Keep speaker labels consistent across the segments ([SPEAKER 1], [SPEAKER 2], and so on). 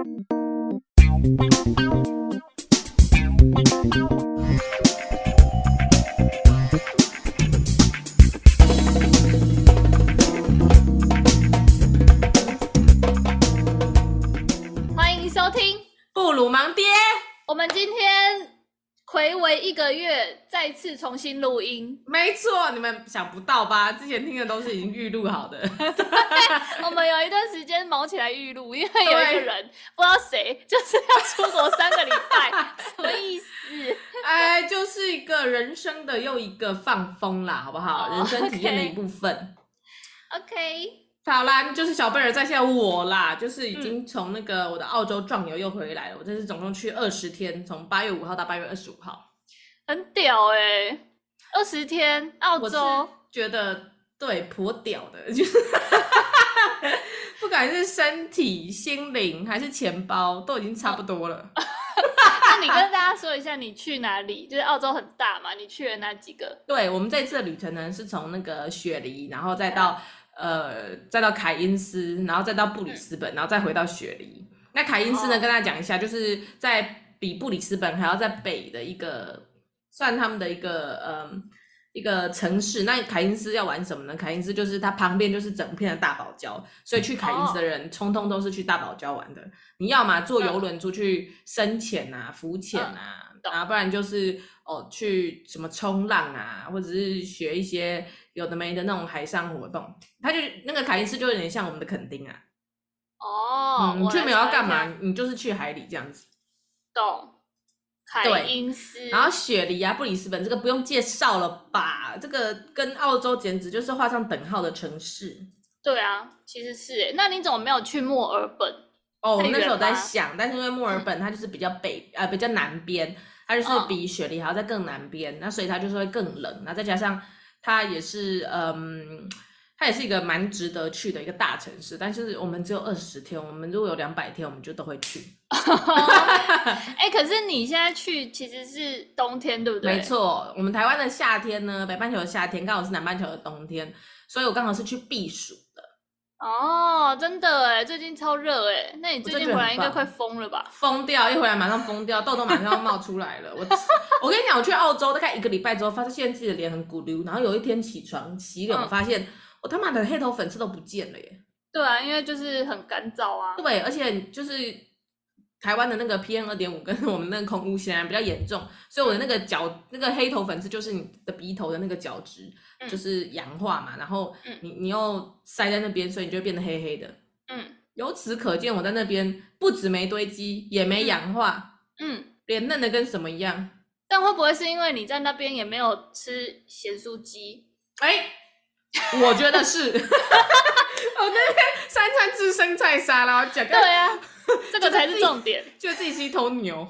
[SPEAKER 1] 欢迎收听
[SPEAKER 2] 布鲁盲爹。
[SPEAKER 1] 我们今天睽违1个月再次重新录音。
[SPEAKER 2] 没错，你们想不到吧？之前听的都是已经预录好的。
[SPEAKER 1] 对，我们有一段时间毛起来预录，因为有一个人不知道谁就是要出国3个礼拜，什么意思？
[SPEAKER 2] 哎，就是一个人生的又一个放风啦，好不好？人生体验的一部分。
[SPEAKER 1] OK。
[SPEAKER 2] 好啦，就是小贝尔在线我啦，就是已经从那个我的澳洲壮游又回来了。我这次总共去20天，从8月5号到8月25号，
[SPEAKER 1] 很屌20天澳洲，
[SPEAKER 2] 我是觉得对颇屌的，就是不管是身体、心灵还是钱包，都已经差不多了。
[SPEAKER 1] 那你跟大家说一下，你去哪里？就是澳洲很大嘛，你去了哪几个？
[SPEAKER 2] 对，我们这次的旅程呢，是从那个雪梨，然后再到凯因斯，然后再到布里斯本，然后再回到雪梨。那凯因斯呢，跟大家讲一下，就是在比布里斯本还要在北的一个，算他们的一个城市。那凯因斯要玩什么呢？凯因斯就是它旁边就是整片的大堡礁，所以去凯因斯的人通通都是去大堡礁玩的。你要嘛坐邮轮出去深潜啊、浮潜啊，然后不然就是去什么冲浪啊，或者是学一些有的没的那种海上活动。它就那个凯因斯就有点像我们的垦丁啊。你去没有要干嘛？你就是去海里这样子。
[SPEAKER 1] 懂。凯因斯，
[SPEAKER 2] 然后雪梨啊、布里斯本这个不用介绍了吧？这个跟澳洲简直就是画上等号的城市。
[SPEAKER 1] 对啊，其实是那你怎么没有去墨尔本？
[SPEAKER 2] 那时候我在想，但是因为墨尔本它就是比较比较南边，它就是比雪梨还要在更南边，那所以它就是会更冷。那再加上它也是它也是一个蛮值得去的一个大城市，但是我们只有20天，我们如果有200天，我们就都会去。
[SPEAKER 1] 可是你现在去其实是冬天，对不对？
[SPEAKER 2] 没错，我们台湾的夏天呢，北半球的夏天刚好是南半球的冬天，所以我刚好是去避暑的。
[SPEAKER 1] 真的最近超热那你最近回来应该快疯了吧？
[SPEAKER 2] 疯掉，一回来马上疯掉，痘痘马上要冒出来了。我跟你讲，我去澳洲大概1个礼拜之后，发现自己的脸很鼓溜，然后有一天起床洗脸，我发现我他妈的黑头粉刺都不见了耶。
[SPEAKER 1] 对啊，因为就是很干燥啊。
[SPEAKER 2] 对，而且就是台湾的那个 PM2.5 跟我们那个空污显然比较严重，所以我的那个那个黑头粉刺就是你的鼻头的那个角质就是氧化嘛，然后你又塞在那边，所以你就会变得黑黑的。由此可见，我在那边不止没堆积，也没氧化，脸嫩的跟什么一样。
[SPEAKER 1] 但会不会是因为你在那边也没有吃咸酥鸡？
[SPEAKER 2] 我觉得是。我那边3餐吃生菜沙拉，对
[SPEAKER 1] 啊，这个才是重点。
[SPEAKER 2] 就自己是一头牛。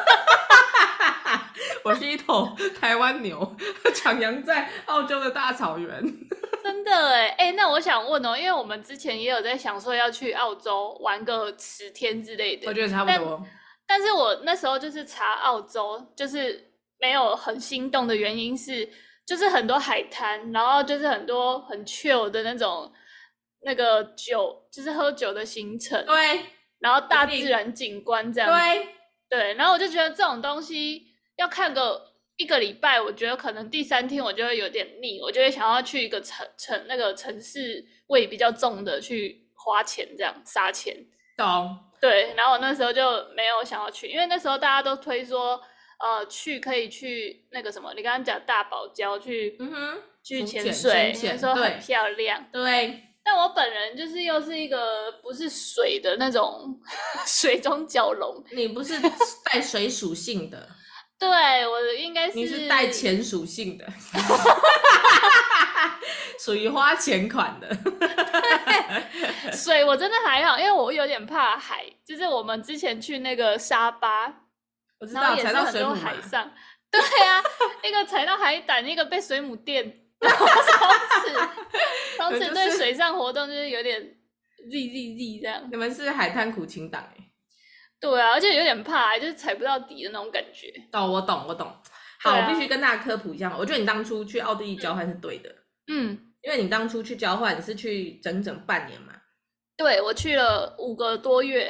[SPEAKER 2] 我是一头台湾牛，徜徉在澳洲的大草原。
[SPEAKER 1] 真的那我想问因为我们之前也有在想说要去澳洲玩个10天之类的，
[SPEAKER 2] 我觉得差不多。
[SPEAKER 1] 但是我那时候就是查澳洲，就是没有很心动的原因是，就是很多海滩，然后就是很多很 chill 的那种那个酒，就是喝酒的行程。
[SPEAKER 2] 对。
[SPEAKER 1] 然后大自然景观这样子。对，然后我就觉得这种东西要看个1个礼拜，我觉得可能第3天我就会有点腻，我就会想要去一个那个城市味比较重的去花钱，这样撒钱。
[SPEAKER 2] 懂。
[SPEAKER 1] 对，然后我那时候就没有想要去，因为那时候大家都推说可以去那个什么，你刚刚讲大堡礁去潜水，那时候很漂亮。
[SPEAKER 2] 对。
[SPEAKER 1] 但我本人就是又是一个不是水的那种水中蛟龙。
[SPEAKER 2] 你不是带水属性的。
[SPEAKER 1] 对，我应该是。
[SPEAKER 2] 你是带钱属性的。属于花钱款的。
[SPEAKER 1] 水我真的还好，因为我有点怕海，就是我们之前去那个沙巴，
[SPEAKER 2] 我知道踩到水母
[SPEAKER 1] 海上。对啊，一个踩到海胆，一个被水母电。从此对水上活动就是有点 Z 这样。
[SPEAKER 2] 你们是海滩苦情党
[SPEAKER 1] 对啊，而且有点怕就是踩不到底的那种感觉。
[SPEAKER 2] 我懂。好，我必须跟大家科普一下，我觉得你当初去奥地利交换是对的。因为你当初去交换，你是去整半年嘛。
[SPEAKER 1] 对，我去了5个多月。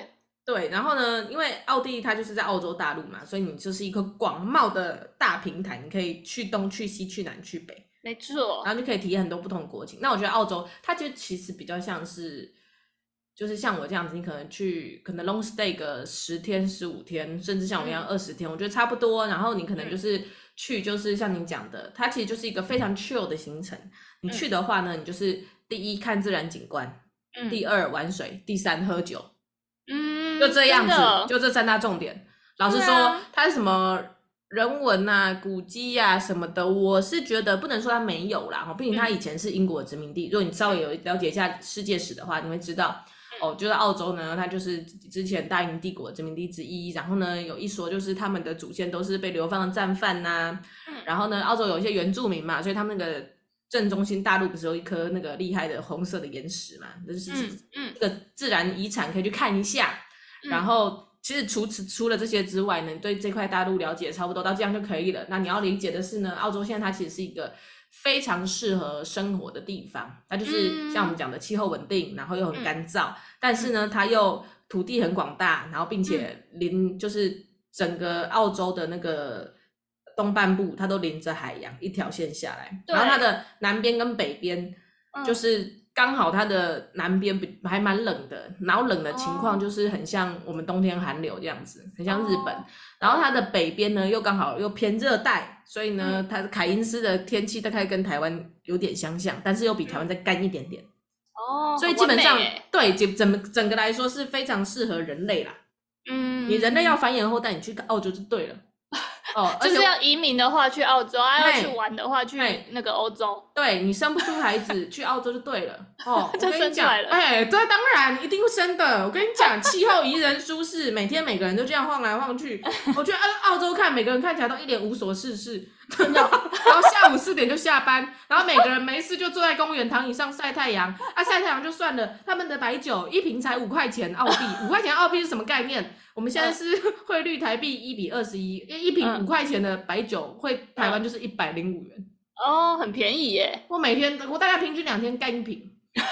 [SPEAKER 2] 对，然后呢，因为奥地利它就是在澳洲大陆嘛，所以你就是一个广袤的大平台，你可以去东去西去南去北，
[SPEAKER 1] 没错，
[SPEAKER 2] 然后就可以体验很多不同的国情。那我觉得澳洲它就其实比较像是，就是像我这样子，你可能去可能 long stay 个10天15天，甚至像我一样20天，我觉得差不多。然后你可能就是去，就是像你讲的，它其实就是一个非常 chill 的行程。你去的话呢，你就是第一看自然景观，第二玩水，第三喝酒。就这样子，就这3大重点。老实说，它什么人文啊、古迹啊什么的，我是觉得不能说它没有啦。毕竟它以前是英国的殖民地。如果你稍微有了解一下世界史的话，你会知道就是澳洲呢，它就是之前大英帝国殖民地之一。然后呢，有一说就是他们的祖先都是被流放的战犯呐。然后呢，澳洲有一些原住民嘛，所以他们那个正中心大陆不是有一颗那个厉害的红色的岩石嘛，就是这个自然遗产可以去看一下。然后其实除了这些之外呢，你对这块大陆了解差不多到这样就可以了。那你要理解的是呢，澳洲现在它其实是一个非常适合生活的地方，它就是像我们讲的气候稳定，然后又很干燥，但是呢它又土地很广大，然后并且就是整个澳洲的那个东半部它都临着海洋一条线下来，然后它的南边跟北边就是刚好它的南边还蛮冷的，然后冷的情况就是很像我们冬天寒流这样子，很像日本。然后它的北边呢又刚好又偏热带，所以呢它的凯因斯的天气大概跟台湾有点相像，但是又比台湾再干一点点。所以基本上对整个来说是非常适合人类啦。你人类要繁衍后代，你去澳洲就对了。
[SPEAKER 1] 就是要移民的话去澳洲，要去玩的话去那个欧洲。
[SPEAKER 2] 对，你生不出孩子去澳洲就对了。
[SPEAKER 1] 就生出来了。
[SPEAKER 2] 对，当然一定会生的。我跟你讲，气候宜人舒适，每天每个人都这样晃来晃去。我觉得澳洲看每个人看起来都一脸无所事事，然后下午4点就下班，然后每个人没事就坐在公园躺椅上晒太阳。晒太阳就算了，他们的白酒一瓶才5块钱澳币，5块钱澳币是什么概念？我们现在是汇率台币1:21，一瓶5块钱的白酒，台湾就是105元。
[SPEAKER 1] 很便宜耶！
[SPEAKER 2] 我大概平均2天干1瓶。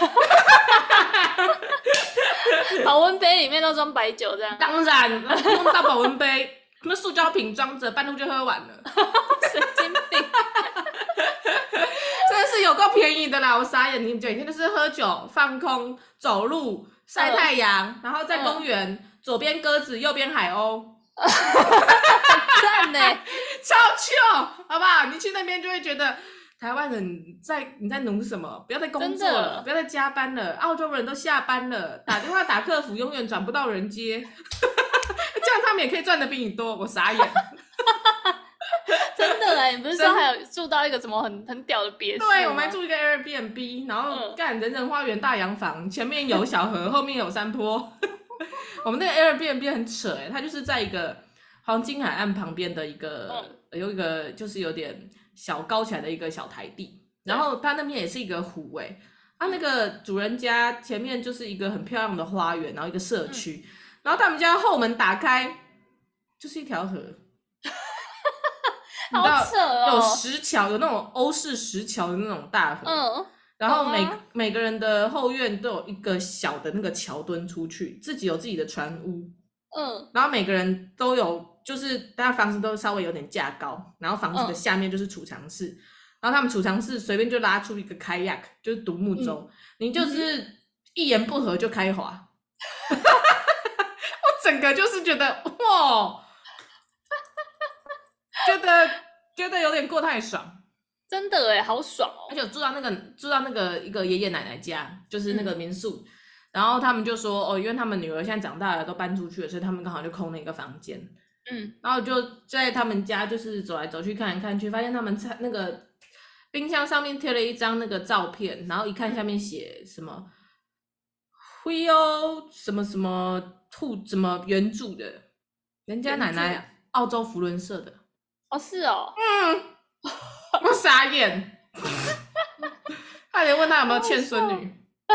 [SPEAKER 1] 保温杯里面都装白酒这样？
[SPEAKER 2] 当然，用大保温杯，那塑胶瓶装着，半路就喝完了。
[SPEAKER 1] 神经病！
[SPEAKER 2] 真的是有够便宜的啦！我傻眼，你每天就是喝酒、放空、走路、晒太阳，然后在公园。左边鸽子，右边海鸥，
[SPEAKER 1] 赞呢，
[SPEAKER 2] 超糗，好不好？你去那边就会觉得台湾人你在努什么？不要再工作了，不要再加班了。澳洲人都下班了，打电话打客服永远转不到人接，这样他们也可以赚的比你多。我傻眼。
[SPEAKER 1] 真的哎，你不是说还有住到一个什么很屌的别墅？
[SPEAKER 2] 对，我们还住一个 Airbnb， 然后人人花园大洋房，前面有小河，后面有山坡。我们那个 Airbnb 很扯它就是在一个黄金海岸旁边的有一个就是有点小高起来的一个小台地，然后它那边也是一个湖那个主人家前面就是一个很漂亮的花园，然后一个社区，然后他们家后门打开就是一条河。
[SPEAKER 1] 好扯
[SPEAKER 2] 有石桥，有那种欧式石桥的那种大河。然后每个人的后院都有一个小的那个桥墩出去，自己有自己的船屋。然后每个人都有，就是大家房子都稍微有点架高，然后房子的下面就是储藏室。然后他们储藏室随便就拉出一个 kayak， 就是独木舟，你就是一言不合就开滑。我整个就是觉得哇，觉得有点过太爽。
[SPEAKER 1] 真的耶，好爽哦！
[SPEAKER 2] 而且住到那个一个爷爷奶奶家，就是那个民宿，然后他们就说因为他们女儿现在长大了，都搬出去了，所以他们刚好就空了一个房间。然后就在他们家就是走来走去看来看去，发现他们那个冰箱上面贴了一张那个照片，然后一看下面写什么灰什么什么兔什么原著的，人家奶奶澳洲福伦社的。
[SPEAKER 1] 是哦。
[SPEAKER 2] 我傻眼，他连问他有没有欠孙女。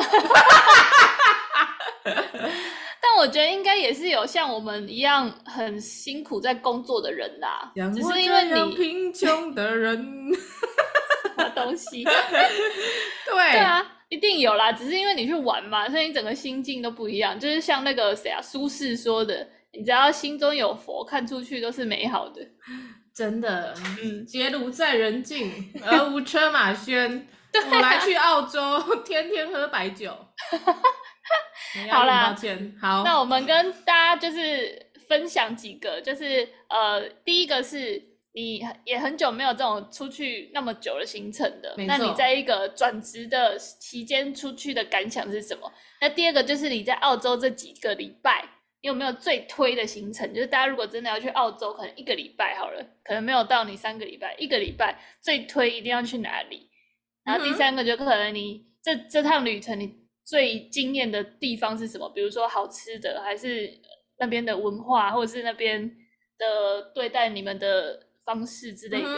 [SPEAKER 1] 但我觉得应该也是有像我们一样很辛苦在工作的人啦，只是因为你
[SPEAKER 2] 贫穷的人，
[SPEAKER 1] 什么东西？
[SPEAKER 2] 对
[SPEAKER 1] 啊， 一定有啦，只是因为你去玩嘛，所以你整个心境都不一样。就是像那个谁啊，苏轼说的，你只要心中有佛，看出去都是美好的。
[SPEAKER 2] 真的，结庐在人境，而无车马喧。我来去澳洲，天天喝白酒。
[SPEAKER 1] 好啦，
[SPEAKER 2] 抱歉。好，
[SPEAKER 1] 那我们跟大家就是分享几个，就是第一个是你也很久没有这种出去那么久的行程的，那你在一个转职的期间出去的感想是什么？那第二个就是你在澳洲这几个礼拜，你有没有最推的行程？就是大家如果真的要去澳洲，可能1个礼拜好了，可能没有到你3个礼拜，1个礼拜最推一定要去哪里？然后第三个就可能你这趟旅程你最惊艳的地方是什么？比如说好吃的，还是那边的文化，或者是那边的对待你们的方式之类的。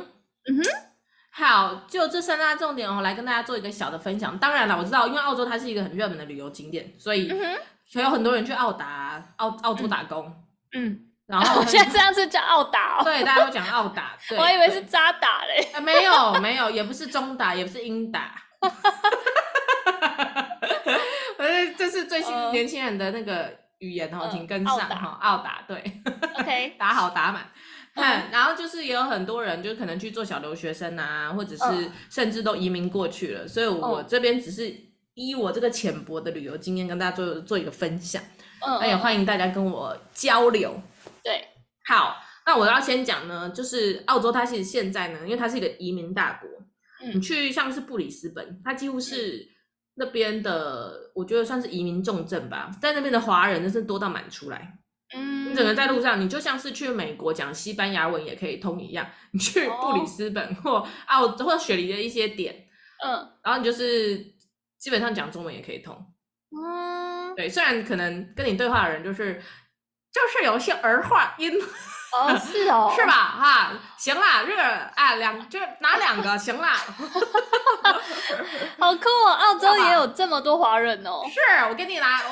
[SPEAKER 2] 好，就这3大重点来跟大家做一个小的分享。当然了，我知道，因为澳洲它是一个很热门的旅游景点，所以有很多人去澳洲打工。然后
[SPEAKER 1] 我现在这样是叫澳打
[SPEAKER 2] 对，大家都讲澳打。对，
[SPEAKER 1] 我还以为是渣打嘞。
[SPEAKER 2] 没有，也不是中打，也不是英打。这是最新年轻人的那个语言请跟上澳打对。
[SPEAKER 1] OK，
[SPEAKER 2] 打好打满。然后就是也有很多人就可能去做小留学生啊，或者是甚至都移民过去了，所以我这边只是依我这个浅薄的旅游经验跟大家做一个分享。那也欢迎大家跟我交流。
[SPEAKER 1] 对，
[SPEAKER 2] 好，那我要先讲呢，就是澳洲它其实现在呢，因为它是一个移民大国，你去像是布里斯本，它几乎是那边的，我觉得算是移民重镇吧，在那边的华人真是多到满出来。你整个在路上，你就像是去美国讲西班牙文也可以通一样，你去布里斯本或雪梨的一些点，然后你就是基本上讲中文也可以通。对，虽然可能跟你对话的人就是有一些儿化音。
[SPEAKER 1] 是哦，
[SPEAKER 2] 是吧？哈，行啦，就拿2个行啦。
[SPEAKER 1] 好酷哦！澳洲也有这么多华人哦。
[SPEAKER 2] 是，我给你拿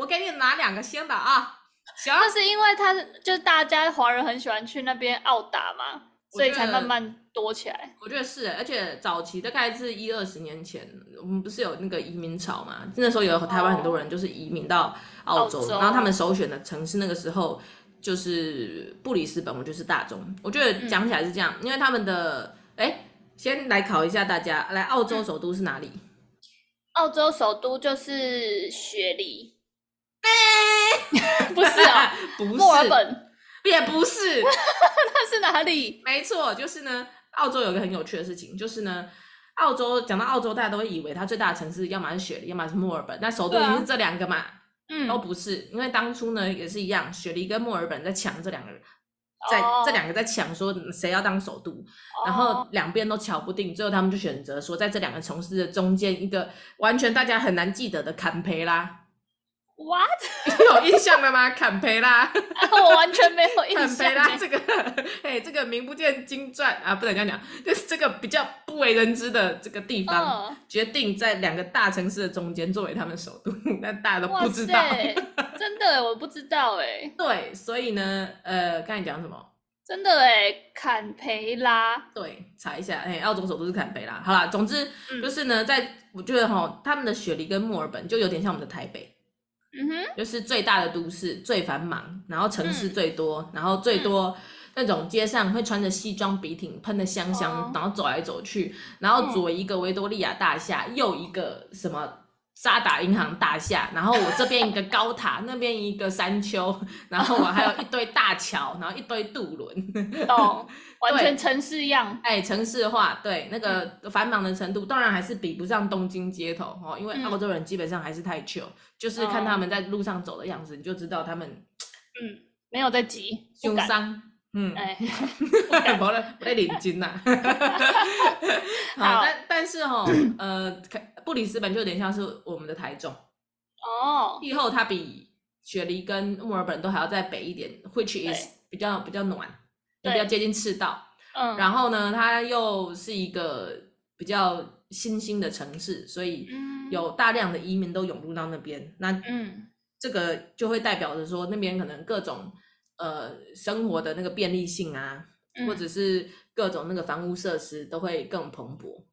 [SPEAKER 2] 2个新的啊。行，
[SPEAKER 1] 那是因为就是大家华人很喜欢去那边澳打嘛，所以才慢慢多起来。
[SPEAKER 2] 我觉得是，而且早期大概是10-20年前，我们不是有那个移民潮嘛？那时候有台湾很多人就是移民到澳洲，然后他们首选的城市那个时候就是布里斯本，我觉得是大众。我觉得讲起来是这样，因为他们的先来考一下大家，来澳洲首都是哪里？
[SPEAKER 1] 澳洲首都就是雪梨。不是啊，
[SPEAKER 2] 不是，
[SPEAKER 1] 墨尔本
[SPEAKER 2] 也不是。
[SPEAKER 1] 那是哪里？
[SPEAKER 2] 没错，就是呢，澳洲有个很有趣的事情，就是呢，讲到澳洲，大家都会以为它最大的城市要么是雪梨，要么是墨尔本，那首都一定是这2个嘛？都不是，因为当初呢也是一样，雪梨跟墨尔本在抢这2个人，这2个在抢说谁要当首都，然后两边都瞧不定，最后他们就选择说在这2个城市的中间一个完全大家很难记得的坎培拉。
[SPEAKER 1] What？
[SPEAKER 2] 有印象了吗？坎培拉，
[SPEAKER 1] 我完全没有印象。
[SPEAKER 2] 坎培拉这个名不见经传啊，不能这样讲，就是这个比较不为人知的这个地方，决定在2个大城市的中间作为他们首都，但大家都不知道。
[SPEAKER 1] 真的我不知道
[SPEAKER 2] 对，所以呢，刚才讲什么？
[SPEAKER 1] 真的坎培拉。
[SPEAKER 2] 对，查一下，澳洲首都是坎培拉。好啦，总之就是呢，我觉得他们的雪梨跟墨尔本就有点像我们的台北。就是最大的都市，最繁忙，然后城市最多，然后最多那种街上会穿着西装笔挺，喷的香香，然后走来走去，然后左一个维多利亚大厦，右一个什么渣打银行大厦，然后我这边一个高塔，那边一个山丘，然后我还有一堆大桥，然后一堆渡轮。
[SPEAKER 1] 懂，完全城市样。
[SPEAKER 2] 城市化，对，那个繁忙的程度当然还是比不上东京街头因为澳洲人基本上还是太 chill，就是看他们在路上走的样子，你就知道他们
[SPEAKER 1] 没有在急，
[SPEAKER 2] 凶伤。我在领金呐。好，但是布里斯本就有点像是我们的台中气候它比雪梨跟墨尔本都还要再北一点 ，which is 比较暖，比较接近赤道。然后呢，它又是一个比较新兴的城市，所以有大量的移民都涌入到那边。那这个就会代表着说，那边可能各种生活的那个便利性啊，或者是各种那个房屋设施都会更蓬勃。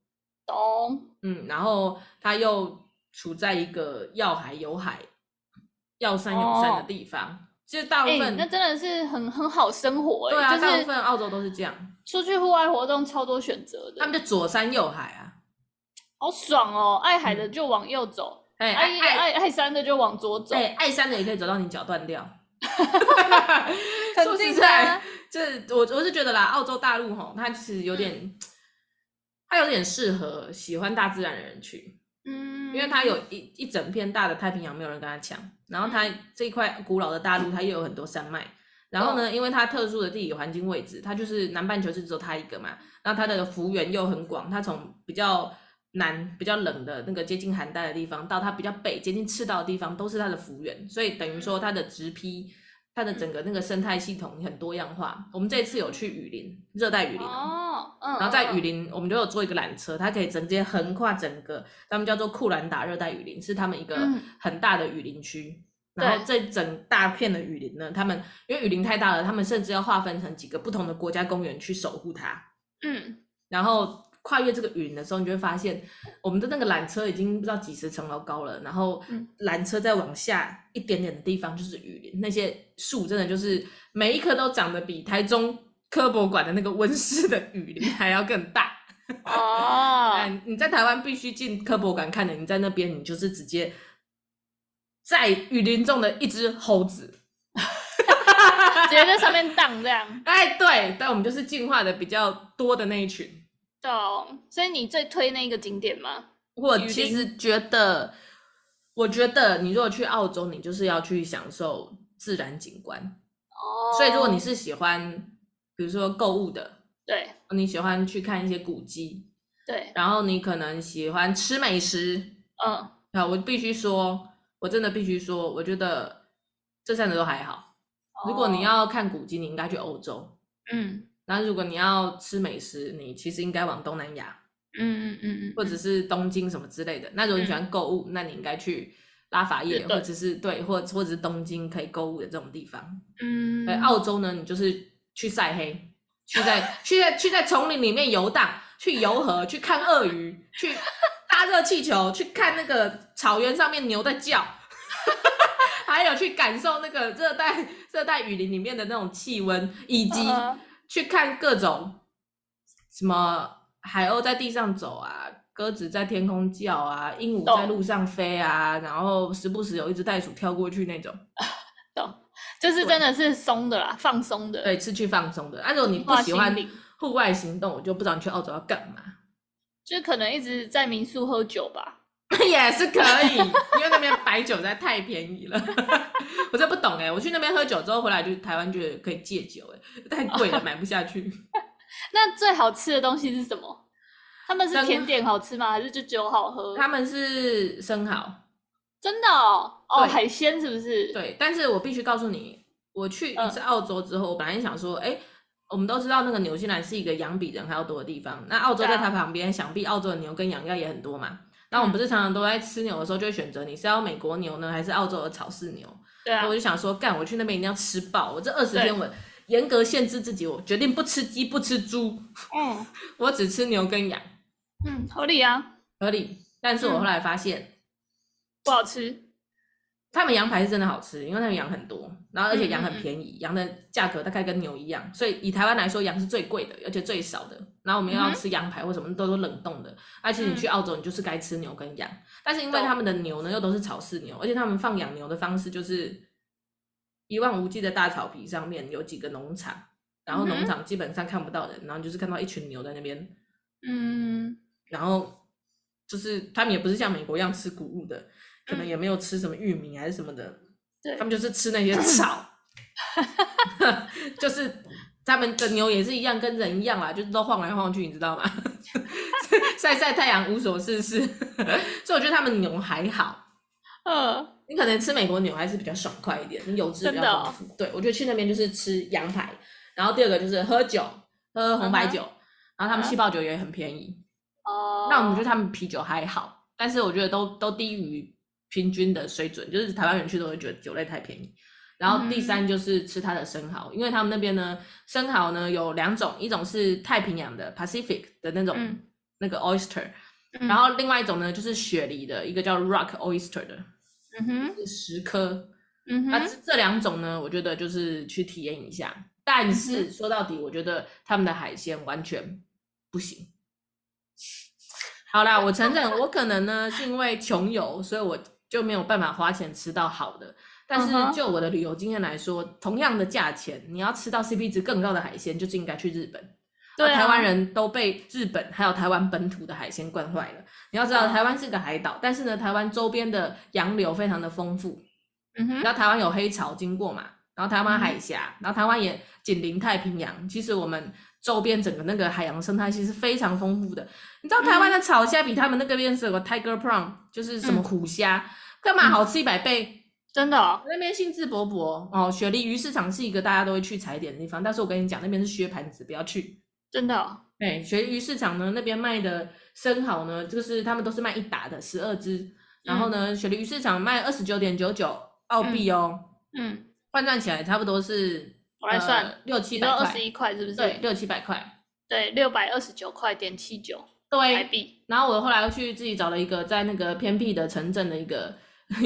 [SPEAKER 1] 懂。
[SPEAKER 2] 然后它又处在一个要海有海、要山有山的地方。其实大部分
[SPEAKER 1] 那真的是很好生活
[SPEAKER 2] 对啊，
[SPEAKER 1] 就是
[SPEAKER 2] 大部分澳洲都是这样，
[SPEAKER 1] 出去户外活动超多选择的。
[SPEAKER 2] 他们就左山右海啊，
[SPEAKER 1] 好爽哦！爱海的就往右走，爱山的就往左走，
[SPEAKER 2] 爱山的也可以走到你脚断掉。
[SPEAKER 1] 说实在，
[SPEAKER 2] 我是觉得啦，澳洲大陆它其实有点，它有点适合喜欢大自然的人去。因为它有一整片大的太平洋，没有人跟它抢。然后它这一块古老的大陆，它又有很多山脉。然后呢，因为它特殊的地理环境位置，它就是南半球是只有它一个嘛。然后它的幅员又很广，它从比较南、比较冷的那个接近寒带的地方，到它比较北接近赤道的地方，都是它的幅员。所以等于说它的植批，它的整个那个生态系统很多样化。我们这一次有去雨林，热带雨林然后在雨林我们就有坐一个缆车，它可以直接横跨整个，他们叫做库兰达热带雨林，是他们一个很大的雨林区。然后这整大片的雨林呢，他们因为雨林太大了，他们甚至要划分成几个不同的国家公园去守护它。然后跨越这个雨林的时候，你就会发现我们的那个缆车已经不知道几十层楼高了，然后缆车再往下一点点的地方就是雨林，那些树真的就是每一棵都长得比台中科博馆的那个温室的雨林还要更大。你在台湾必须进科博馆看的，你在那边你就是直接在雨林中的一只猴子
[SPEAKER 1] 直接在上面荡这样。
[SPEAKER 2] 对，但我们就是进化的比较多的那一群。
[SPEAKER 1] 懂。所以你最推那个景点吗？
[SPEAKER 2] 我其实觉得，我觉得你如果去澳洲，你就是要去享受自然景观。所以如果你是喜欢比如说购物的，
[SPEAKER 1] 对，
[SPEAKER 2] 你喜欢去看一些古迹，
[SPEAKER 1] 对，
[SPEAKER 2] 然后你可能喜欢吃美食，我必须说，我真的必须说，我觉得这三个都还好。如果你要看古迹，你应该去欧洲。然后如果你要吃美食，你其实应该往东南亚，或者是东京什么之类的。那如果你喜欢购物，那你应该去拉法叶，或者是或者是东京可以购物的这种地方。澳洲呢，你就是去晒黑，去在丛林里面游荡，去游河，去看鳄鱼，去搭热气球，去看那个草原上面牛在叫。还有去感受那个热带雨林里面的那种气温，以及去看各种什么海鸥在地上走啊，鸽子在天空叫啊，鹦鹉在路上飞啊，然后时不时有一只袋鼠跳过去那种。
[SPEAKER 1] 懂，就是真的是松的啦，放松的。
[SPEAKER 2] 对，是去放松的。如果你不喜欢户外行动，我就不知道你去澳洲要干嘛。
[SPEAKER 1] 就是可能一直在民宿喝酒吧。
[SPEAKER 2] 也是可以，因为那边白酒实在太便宜了。我真不懂我去那边喝酒之后回来就台湾觉得可以戒酒太贵了，买不下去。
[SPEAKER 1] 那最好吃的东西是什么？他们是甜点好吃吗？还是就酒好喝？
[SPEAKER 2] 他们是生蚝。
[SPEAKER 1] 真的海鲜是不是？
[SPEAKER 2] 对，但是我必须告诉你，我去一次澳洲之后，我本来想说我们都知道那个纽西兰是一个羊比人还要多的地方，那澳洲在它旁边，想必澳洲的牛跟羊应该也很多嘛。那我们不是常常都在吃牛的时候就会选择你是要美国牛呢还是澳洲的草饲牛。
[SPEAKER 1] 对啊，
[SPEAKER 2] 我就想说我去那边一定要吃爆，我这20天我严格限制自己，我决定不吃鸡不吃猪，我只吃牛跟羊。
[SPEAKER 1] 合理啊，
[SPEAKER 2] 合理。但是我后来发现
[SPEAKER 1] 不好吃。
[SPEAKER 2] 他们羊排是真的好吃，因为他们羊很多，然后而且羊很便宜，羊的价格大概跟牛一样，所以以台湾来说，羊是最贵的，而且最少的。然后我们要吃羊排或什么都是冷冻的，而且你去澳洲，你就是该吃牛跟羊。但是因为他们的牛呢又都是草饲牛，而且他们放养牛的方式就是一望无际的大草皮上面有几个农场，然后农场基本上看不到人，然后就是看到一群牛在那边，然后就是他们也不是像美国一样吃谷物的。可能也没有吃什么玉米还是什么的，他们就是吃那些草。就是他们的牛也是一样，跟人一样啦，就是都晃来晃去，你知道吗？晒晒太阳无所事事。所以我觉得他们牛还好。你可能吃美国牛还是比较爽快一点，你油脂比较丰富。对，我觉得去那边就是吃羊排，然后第二个就是喝酒，喝红白酒，然后他们气泡酒也很便宜。那我们觉得他们啤酒还好，但是我觉得都低于平均的水准，就是台湾人去都会觉得酒类太便宜。然后第三就是吃它的生蚝，因为他们那边呢，生蚝呢有2种，一种是太平洋的 Pacific 的那种那个 oyster， 然后另外一种呢就是雪梨的一个叫 Rock Oyster 的，石科。那这2种呢，我觉得就是去体验一下。但是说到底，我觉得他们的海鲜完全不行。好啦，我承认我可能呢是因为穷游，所以我就没有办法花钱吃到好的。但是就我的旅游经验来说，同样的价钱，你要吃到 CP 值更高的海鲜，就是应该去日本。对台湾人都被日本还有台湾本土的海鲜惯坏了。你要知道，台湾是个海岛，但是呢，台湾周边的洋流非常的丰富。然后台湾有黑潮经过嘛，然后台湾海峡，然后台湾也紧邻太平洋。其实我们周边整个那个海洋生态系是非常丰富的。你知道台湾的草虾比他们那个边是有个 Tiger Prawn， 就是什么虎虾，干嘛好吃100倍？
[SPEAKER 1] 真的哦，
[SPEAKER 2] 那边兴致勃勃哦。雪梨鱼市场是一个大家都会去踩点的地方，但是我跟你讲，那边是薛盘子，不要去。
[SPEAKER 1] 真的哦。
[SPEAKER 2] 对，雪梨鱼市场呢，那边卖的生蚝呢，就是他们都是卖1打的12只，然后呢，雪梨鱼市场卖29.99澳币哦。换算起来差不多是，
[SPEAKER 1] 我来算
[SPEAKER 2] ，600-700块
[SPEAKER 1] ，21块是不是？
[SPEAKER 2] 对，600-700块。
[SPEAKER 1] 对，629.79块
[SPEAKER 2] 对，
[SPEAKER 1] 台币。
[SPEAKER 2] 然后我后来又去自己找了一个在那个偏僻的城镇的一个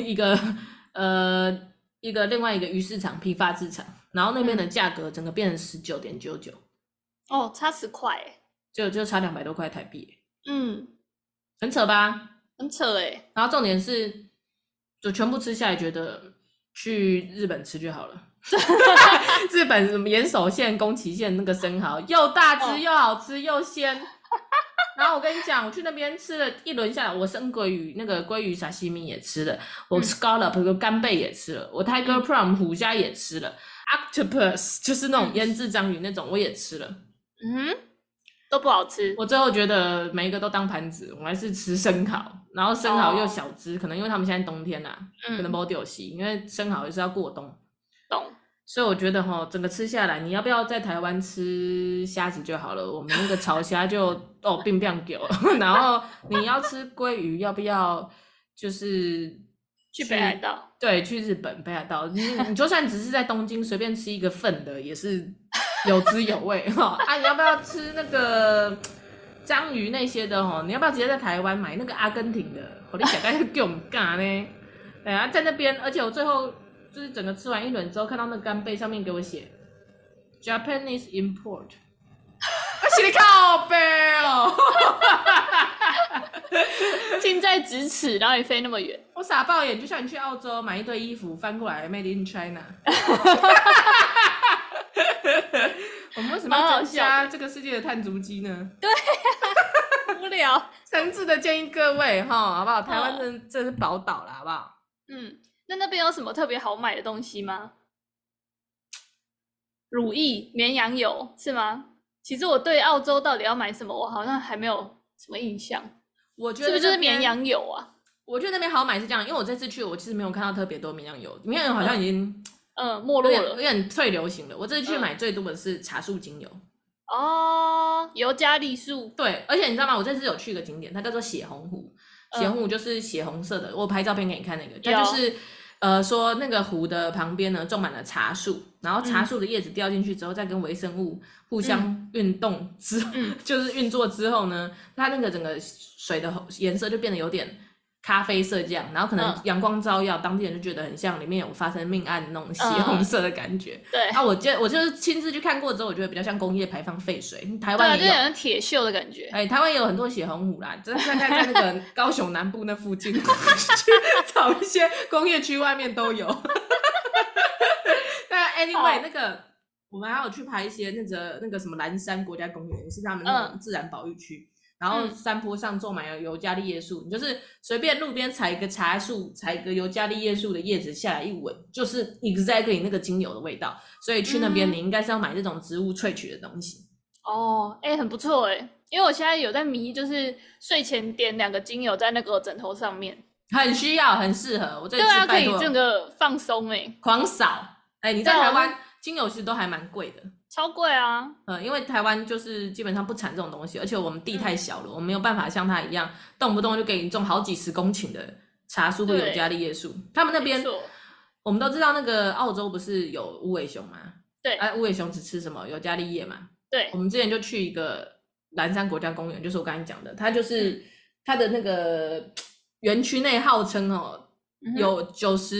[SPEAKER 2] 另外一个鱼市场批发市场，然后那边的价格整个变成19.99。
[SPEAKER 1] 哦，差10块耶，
[SPEAKER 2] 就差200多块台币。很扯吧？
[SPEAKER 1] 很扯哎。
[SPEAKER 2] 然后重点是，就全部吃下来，觉得去日本吃就好了。日本什么岩手县、宫崎县那个生蚝又大只又好吃又鲜。然后我跟你讲，我去那边吃了一轮下来，我生鲑鱼那个鲑鱼沙西米也吃了，我 scallop 和干贝也吃了，我 tiger prawn 虎虾也吃了，octopus 就是那种腌制章鱼那种我也吃了。
[SPEAKER 1] 都不好吃。
[SPEAKER 2] 我最后觉得每一个都当盘子，我还是吃生蚝，然后生蚝又小只，可能因为他们现在冬天啊，可能没丢西，因为生蚝也是要过冬。
[SPEAKER 1] 懂。
[SPEAKER 2] 所以我觉得整个吃下来，你要不要在台湾吃虾子就好了？我们那个炒虾就并变给了。然后你要吃鲑鱼，要不要就是
[SPEAKER 1] 去北海道？
[SPEAKER 2] 对，去日本北海道。你就算只是在东京随便吃一个份的，也是有滋有味哈。你要不要吃那个章鱼那些的你要不要直接在台湾买那个阿根廷的？你想该给我们干呢？对啊，在那边，而且我最后。就是整个吃完一轮之后，看到那个干贝上面给我写 Japanese import， 是你靠背哦，
[SPEAKER 1] 近在咫尺，然后也飞那么远，
[SPEAKER 2] 我傻爆眼，就像你去澳洲买一堆衣服，翻过来 Made in China。我们为什么要增加这个世界的碳足迹呢？
[SPEAKER 1] 对，无聊。
[SPEAKER 2] 诚挚的建议各位好不好？台湾真是宝岛了，好不好？
[SPEAKER 1] 那边有什么特别好买的东西吗？乳液、绵羊油是吗？其实我对澳洲到底要买什么，我好像还没有什么印象。
[SPEAKER 2] 我觉得
[SPEAKER 1] 是不是就是绵羊油啊？
[SPEAKER 2] 我觉得那边好买是这样，因为我这次去，我其实没有看到特别多绵羊油，绵羊油好像已经
[SPEAKER 1] 没落了，
[SPEAKER 2] 有点退流行了。我这次去买最多的是茶树精油。
[SPEAKER 1] 尤加利树。
[SPEAKER 2] 对，而且你知道吗？我这次有去一个景点，它叫做血红湖。血红湖就是血红色的，我拍照片给你看那个，它就是说那个湖的旁边呢种满了茶树，然后茶树的叶子掉进去之后，再跟微生物互相运动就是运作之后呢，它那个整个水的颜色就变得有点咖啡色这样，然后可能阳光照耀，当地人就觉得很像里面有发生命案那种血红色的感觉。
[SPEAKER 1] 对，
[SPEAKER 2] 我就是亲自去看过之后，我觉得比较像工业排放废水。台湾也有，
[SPEAKER 1] 就有点铁锈的感觉。
[SPEAKER 2] 台湾也有很多血红湖啦，在那个高雄南部那附近去找一些工业区外面都有。但 anyway，那个我们还有去拍一些那个什么蓝山国家公园，是他们那种自然保育区。然后山坡上种满了尤加利叶树，你就是随便路边采一个茶树，采一个尤加利叶树的叶子下来一闻，就是 exactly 那个精油的味道。所以去那边你应该是要买这种植物萃取的东西。
[SPEAKER 1] 很不错因为我现在有在迷，就是睡前点2个精油在那个枕头上面，
[SPEAKER 2] 很需要，很适合。我这次
[SPEAKER 1] 可以这个放松
[SPEAKER 2] 狂扫。你在台湾精油其实都还蛮贵的。
[SPEAKER 1] 超贵啊！
[SPEAKER 2] 因为台湾就是基本上不产这种东西，而且我们地太小了，我们没有办法像它一样，动不动就给你种好几十公顷的茶树或尤加利叶树。他们那边，我们都知道那个澳洲不是有无尾熊吗？
[SPEAKER 1] 对，
[SPEAKER 2] 无尾熊只吃什么尤加利叶嘛？
[SPEAKER 1] 对，
[SPEAKER 2] 我们之前就去一个蓝山国家公园，就是我刚才讲的，它就是它的那个园区内号称有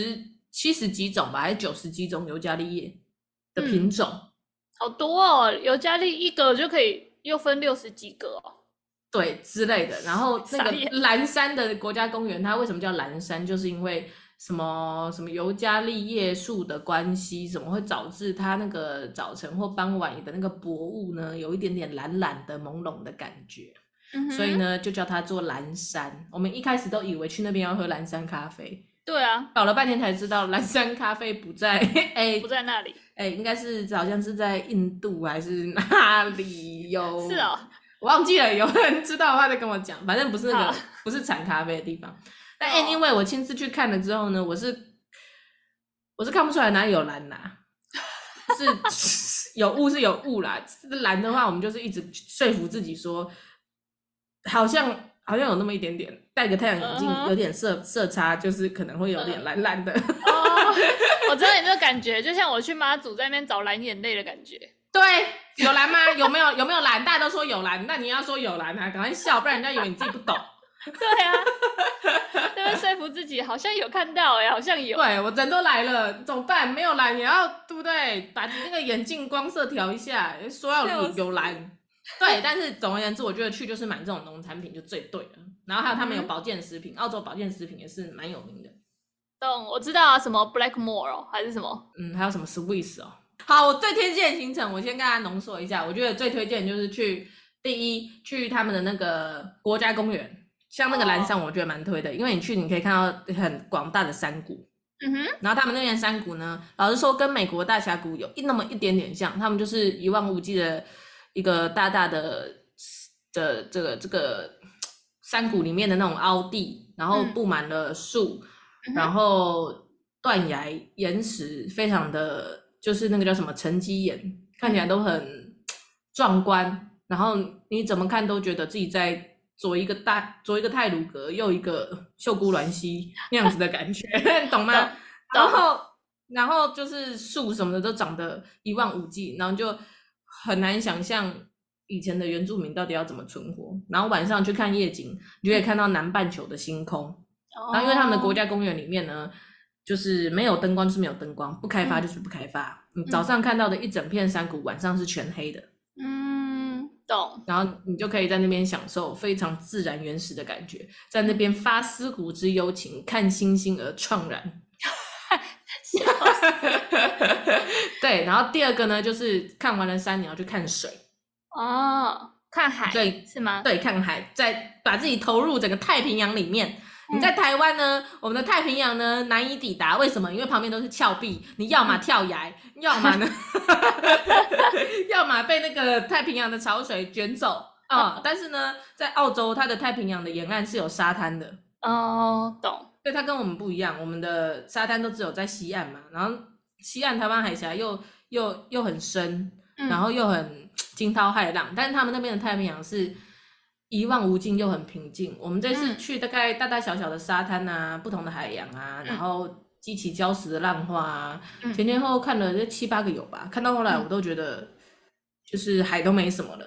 [SPEAKER 2] 70几种吧，还是90几种尤加利叶的品种，
[SPEAKER 1] 好多哦！尤加利一个就可以又分60几个哦。
[SPEAKER 2] 对之类的。然后那个蓝山的国家公园，它为什么叫蓝山？就是因为什么尤加利叶树的关系，怎么会导致它那个早晨或傍晚的那个薄雾呢，有一点点蓝蓝的朦胧的感觉。所以呢，就叫它做蓝山。我们一开始都以为去那边要喝蓝山咖啡，
[SPEAKER 1] 对啊，
[SPEAKER 2] 搞了半天才知道蓝山咖啡不在
[SPEAKER 1] 不在那里，
[SPEAKER 2] 应该是好像是在印度还是哪里有？
[SPEAKER 1] 是哦。
[SPEAKER 2] 我忘记了，有人知道的话再跟我讲。反正不是那个，不是产咖啡的地方。但 anyway， 我亲自去看了之后呢，我是看不出来哪里有蓝啦，是有雾是有雾啦。蓝的话，我们就是一直说服自己说，好像有那么一点点，戴个太阳眼镜有点色差，就是可能会有点蓝蓝的。
[SPEAKER 1] 我知道你这个感觉，就像我去妈祖在那边找蓝眼泪的感觉。
[SPEAKER 2] 对，有蓝吗？有没有蓝？大家都说有蓝，那你要说有蓝啊，赶快笑，不然人家以为你自己不懂。
[SPEAKER 1] 对啊，对不对？说服自己好像有看到好像有。
[SPEAKER 2] 对，我人都来了，怎么办？没有蓝也要，对不对？把那个眼镜光色调一下，说要有蓝。对，但是总而言之，我觉得去就是买这种农产品就最对了。然后还有他们有保健食品，澳洲保健食品也是蛮有名的。
[SPEAKER 1] 懂，我知道啊，什么 Blackmore 还是什么？
[SPEAKER 2] 还有什么 Swiss 好，我最推荐的行程，我先跟大家浓缩一下。我觉得最推荐就是第一去他们的那个国家公园，像那个蓝山，我觉得蛮推的，因为你去你可以看到很广大的山谷。然后他们那边山谷呢，老实说跟美国大峡谷有那么一点点像，他们就是一望无际的一个大大的这个山谷里面的那种凹地，然后布满了树，然后断崖岩石，非常的就是那个叫什么沉积岩，看起来都很壮观，然后你怎么看都觉得自己在左一个太鲁阁，右一个秀姑峦溪那样子的感觉，懂吗？然后就是树什么的都长得一望无际，然后就很难想象以前的原住民到底要怎么存活。然后晚上去看夜景，你就可以看到南半球的星空。然后因为他们的国家公园里面呢，就是没有灯光就是没有灯光，不开发就是不开发。你早上看到的一整片山谷，晚上是全黑的。
[SPEAKER 1] 懂。
[SPEAKER 2] 然后你就可以在那边享受非常自然原始的感觉，在那边发思古之幽情，看星星而怆然。对，然后第二个呢，就是看完了山，你要去看水。
[SPEAKER 1] 看海。
[SPEAKER 2] 对，
[SPEAKER 1] 是吗？
[SPEAKER 2] 对，看海，再把自己投入整个太平洋里面。你在台湾呢，我们的太平洋呢难以抵达，为什么？因为旁边都是峭壁，你要么跳崖，要么呢，要么被那个太平洋的潮水卷走但是呢，在澳洲，它的太平洋的沿岸是有沙滩的。
[SPEAKER 1] 懂。
[SPEAKER 2] 对，它跟我们不一样，我们的沙滩都只有在西岸嘛，然后西岸台湾海峡又很深，然后又很惊涛骇浪，但是他们那边的太平洋是一望无尽又很平静。我们这次去大概大大小小的沙滩啊，不同的海洋啊，然后激起礁石的浪花啊，前后看了7、8个有吧，看到后来我都觉得就是海都没什么了。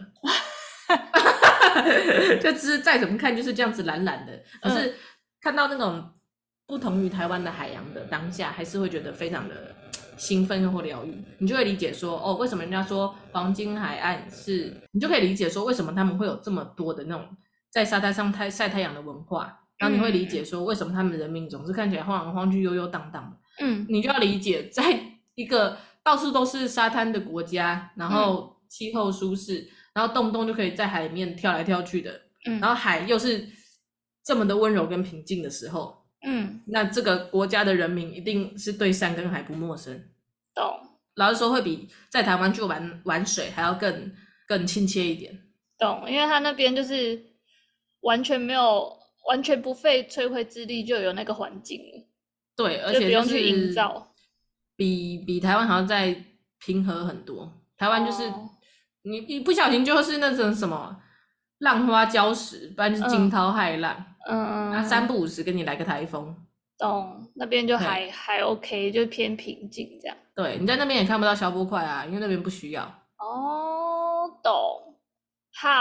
[SPEAKER 2] 就只是再怎么看就是这样子蓝蓝的，可是看到那种不同于台湾的海洋的当下，还是会觉得非常的兴奋或疗愈。你就会理解说为什么人家说黄金海岸是，你就可以理解说为什么他们会有这么多的那种在沙滩上晒太阳的文化，然后你会理解说为什么他们人民总是看起来晃来晃去悠悠荡荡的。你就要理解在一个到处都是沙滩的国家，然后气候舒适，然后动不动就可以在海里面跳来跳去的，然后海又是这么的温柔跟平静的时候，那这个国家的人民一定是对山跟海不陌生。
[SPEAKER 1] 懂。
[SPEAKER 2] 老实说会比在台湾去玩水还要更亲切一点。
[SPEAKER 1] 懂，因为他那边就是完全不费吹灰之力就有那个环境了。
[SPEAKER 2] 对，而且
[SPEAKER 1] 就不用去营造，
[SPEAKER 2] 比台湾好像再平和很多。台湾就是你一不小心就是那种什么浪花礁石，不然就是惊涛骇浪。3不5时跟你来个台风。
[SPEAKER 1] 懂，那边就还 OK， 就偏平静这样。
[SPEAKER 2] 对，你在那边也看不到消波块啊，因为那边不需要。
[SPEAKER 1] 懂。好，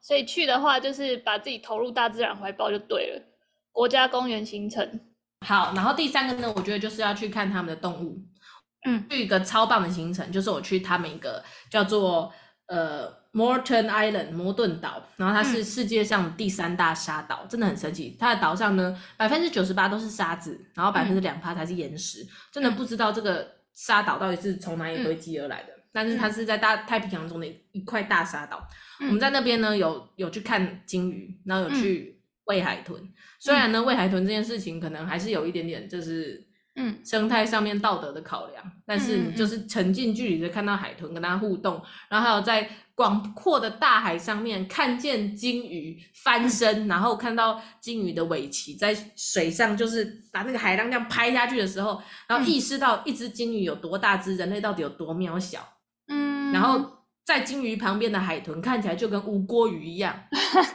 [SPEAKER 1] 所以去的话就是把自己投入大自然怀抱就对了。国家公园行程。
[SPEAKER 2] 好，然后第3个呢，我觉得就是要去看他们的动物。去一个超棒的行程，就是我去他们一个叫做Morton Island 摩顿岛，然后它是世界上第3大沙岛，真的很神奇。它的岛上呢，98%都是沙子，然后2%才是岩石，真的不知道这个沙岛到底是从哪里堆积而来的。但是它是在太平洋中的一块大沙岛。我们在那边呢有去看鲸鱼，然后有去喂海豚。虽然呢喂海豚这件事情可能还是有一点点就是生态上面道德的考量，但是你就是沉近距离的看到海豚跟它互动，然后还有在广阔的大海上面看见鲸鱼翻身，然后看到鲸鱼的尾鳍在水上就是把那个海浪这样拍下去的时候，然后意识到一只鲸鱼有多大只，人类到底有多渺小。然后在鲸鱼旁边的海豚看起来就跟无锅鱼一样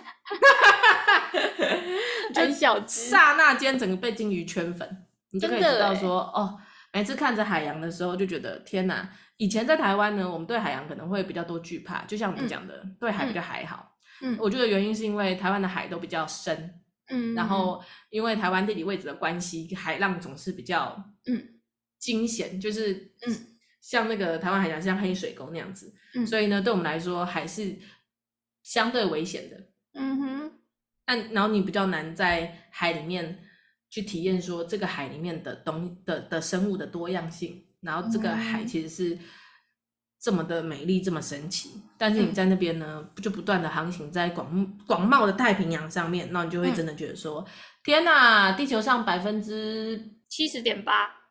[SPEAKER 1] 很小只，
[SPEAKER 2] 刹那间整个被鲸鱼圈粉。你就可以知道说哦，每次看着海洋的时候就觉得天哪。以前在台湾呢，我们对海洋可能会比较多惧怕，就像你讲的对海比较还好。我觉得原因是因为台湾的海都比较深，然后因为台湾地理位置的关系，海浪总是比较惊险，就是像那个台湾海峡像黑水沟那样子，所以呢对我们来说海是相对危险的。然后你比较难在海里面去体验说这个海里面的生物的多样性，然后这个海其实是这么的美丽这么神奇，但是你在那边呢就不断的航行在广袤的太平洋上面，那你就会真的觉得说天哪，地球上
[SPEAKER 1] 70.8%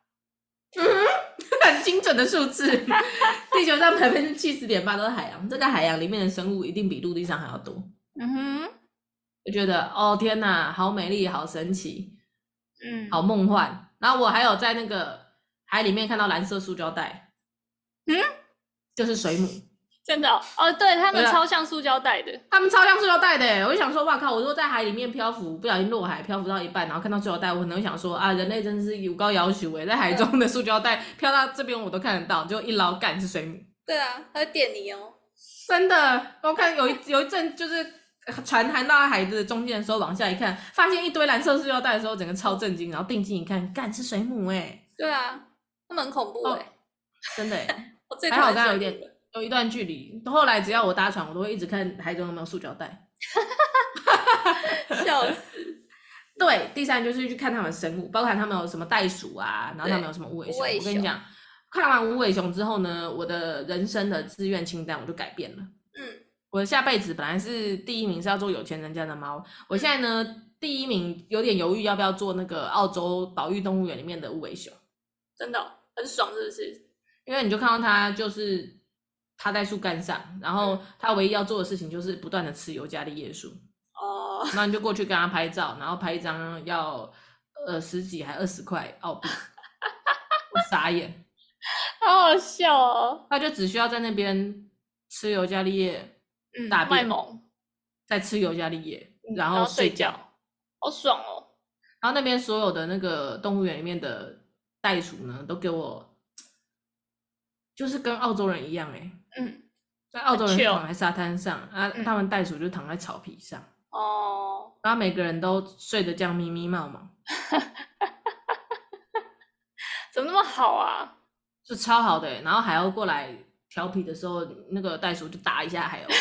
[SPEAKER 2] 很精准的数字地球上70.8%都是海洋，这个海洋里面的生物一定比陆地上还要多。就觉得哦天哪，好美丽好神奇，好梦幻。然后我还有在那个海里面看到蓝色塑胶袋，就是水母。
[SPEAKER 1] 真的哦，对，他们超像塑胶袋的，
[SPEAKER 2] 我就想说哇靠，我如果在海里面漂浮，不小心落海漂浮到一半，然后看到塑胶袋，我可能会想说啊，人类真是有高要求在海中的塑胶袋飘到这边我都看得到，就一捞干是水母。
[SPEAKER 3] 对啊，它会电你哦，
[SPEAKER 2] 真的。我看有一阵就是船航到海的中间的时候，往下一看，发现一堆蓝色塑料袋的时候，整个超震惊，然后定睛一看，干是水母
[SPEAKER 3] 对啊，他们很恐怖
[SPEAKER 2] 真的
[SPEAKER 3] 我最
[SPEAKER 2] 还好刚刚有一段距离，后来只要我搭船，我都会一直看海中有没有塑胶袋
[SPEAKER 3] 笑死。
[SPEAKER 2] 对，第3就是去看他们生物，包括他们有什么袋鼠啊，然后他们有什么无尾熊。我跟你讲，看完无尾熊之后呢，我的人生的志愿清单我就改变了。我的下辈子本来是第1名是要做有钱人家的猫，我现在呢第1名有点犹豫要不要做那个澳洲保育动物园里面的无尾熊。
[SPEAKER 1] 真的很爽是不是？
[SPEAKER 2] 因为你就看到它就是趴在树干上，然后它唯一要做的事情就是不断的吃尤加利叶树。然后你就过去跟它拍照，然后拍一张要10几还20块澳币我傻眼，
[SPEAKER 1] 好好笑哦。
[SPEAKER 2] 它就只需要在那边吃尤加利叶大便，
[SPEAKER 1] 卖萌，
[SPEAKER 2] 再吃尤加利叶，然后睡觉，
[SPEAKER 1] 好爽哦。
[SPEAKER 2] 然后那边所有的那个动物园里面的袋鼠呢，都给我就是跟澳洲人一样在澳洲人躺在沙滩上他们袋鼠就躺在草皮上然后每个人都睡得这样咪咪冒冒
[SPEAKER 1] 怎么那么好啊？
[SPEAKER 2] 就超好的然后海鸥过来调皮的时候，那个袋鼠就打一下海鸥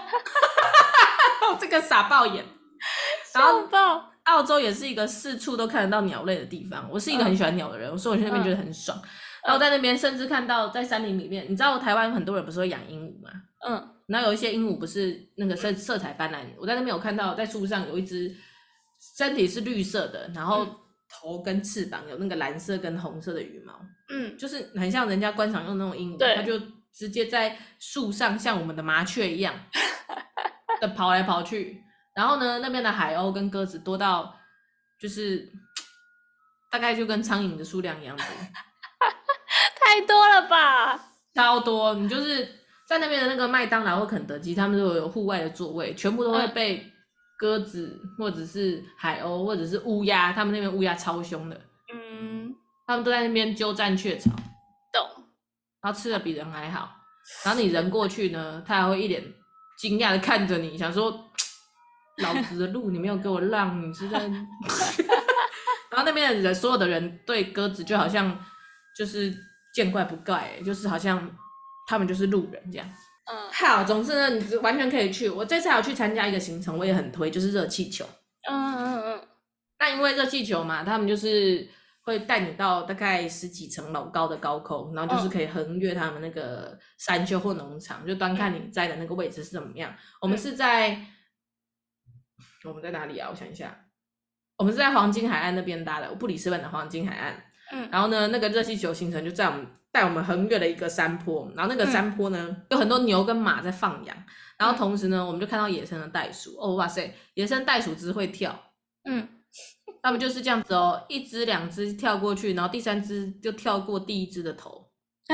[SPEAKER 2] 这个傻爆眼。然后澳洲也是一个四处都看得到鸟类的地方，我是一个很喜欢鸟的人，所以我去那边觉得很爽。然后在那边甚至看到在山林里面，你知道台湾很多人不是会养鹦鹉吗？然后有一些鹦鹉不是那个色彩斑斓，我在那边有看到在树上有一只身体是绿色的，然后头跟翅膀有那个蓝色跟红色的羽毛，就是很像人家观赏用那种鹦鹉，它就直接在树上像我们的麻雀一样的跑来跑去。然后呢，那边的海鸥跟鸽子多到就是大概就跟苍蝇的数量一样多
[SPEAKER 1] 太多了吧，
[SPEAKER 2] 超多。你就是在那边的那个麦当劳或肯德基，他们都有户外的座位，全部都会被鸽子或者是海鸥或者是乌鸦，他们那边乌鸦超凶的，他们都在那边鸠占鹊巢，
[SPEAKER 1] 懂。
[SPEAKER 2] 然后吃的比人还好，然后你人过去呢，他还会一脸惊讶的看着你，想说老子的路你没有给我让，你是在然后那边的人，所有的人对鸽子就好像就是见怪不怪，就是好像他们就是路人这样。好，总之呢，你完全可以去。我这次还有去参加一个行程，我也很推，就是热气球。那因为热气球嘛，他们就是会带你到大概10几层楼高的高空，然后就是可以横越他们那个山丘或农场，就端看你在的那个位置是怎么样。我们是在我们在哪里啊？我想一下，我们是在黄金海岸那边搭的，布里斯本的黄金海岸。然后呢，那个热气球行程就带我们横越了一个山坡，然后那个山坡呢，有很多牛跟马在放羊，然后同时呢，我们就看到野生的袋鼠。哦，哇塞，野生袋鼠只会跳。他们就是这样子哦，一只两只跳过去，然后第三只就跳过第一只的头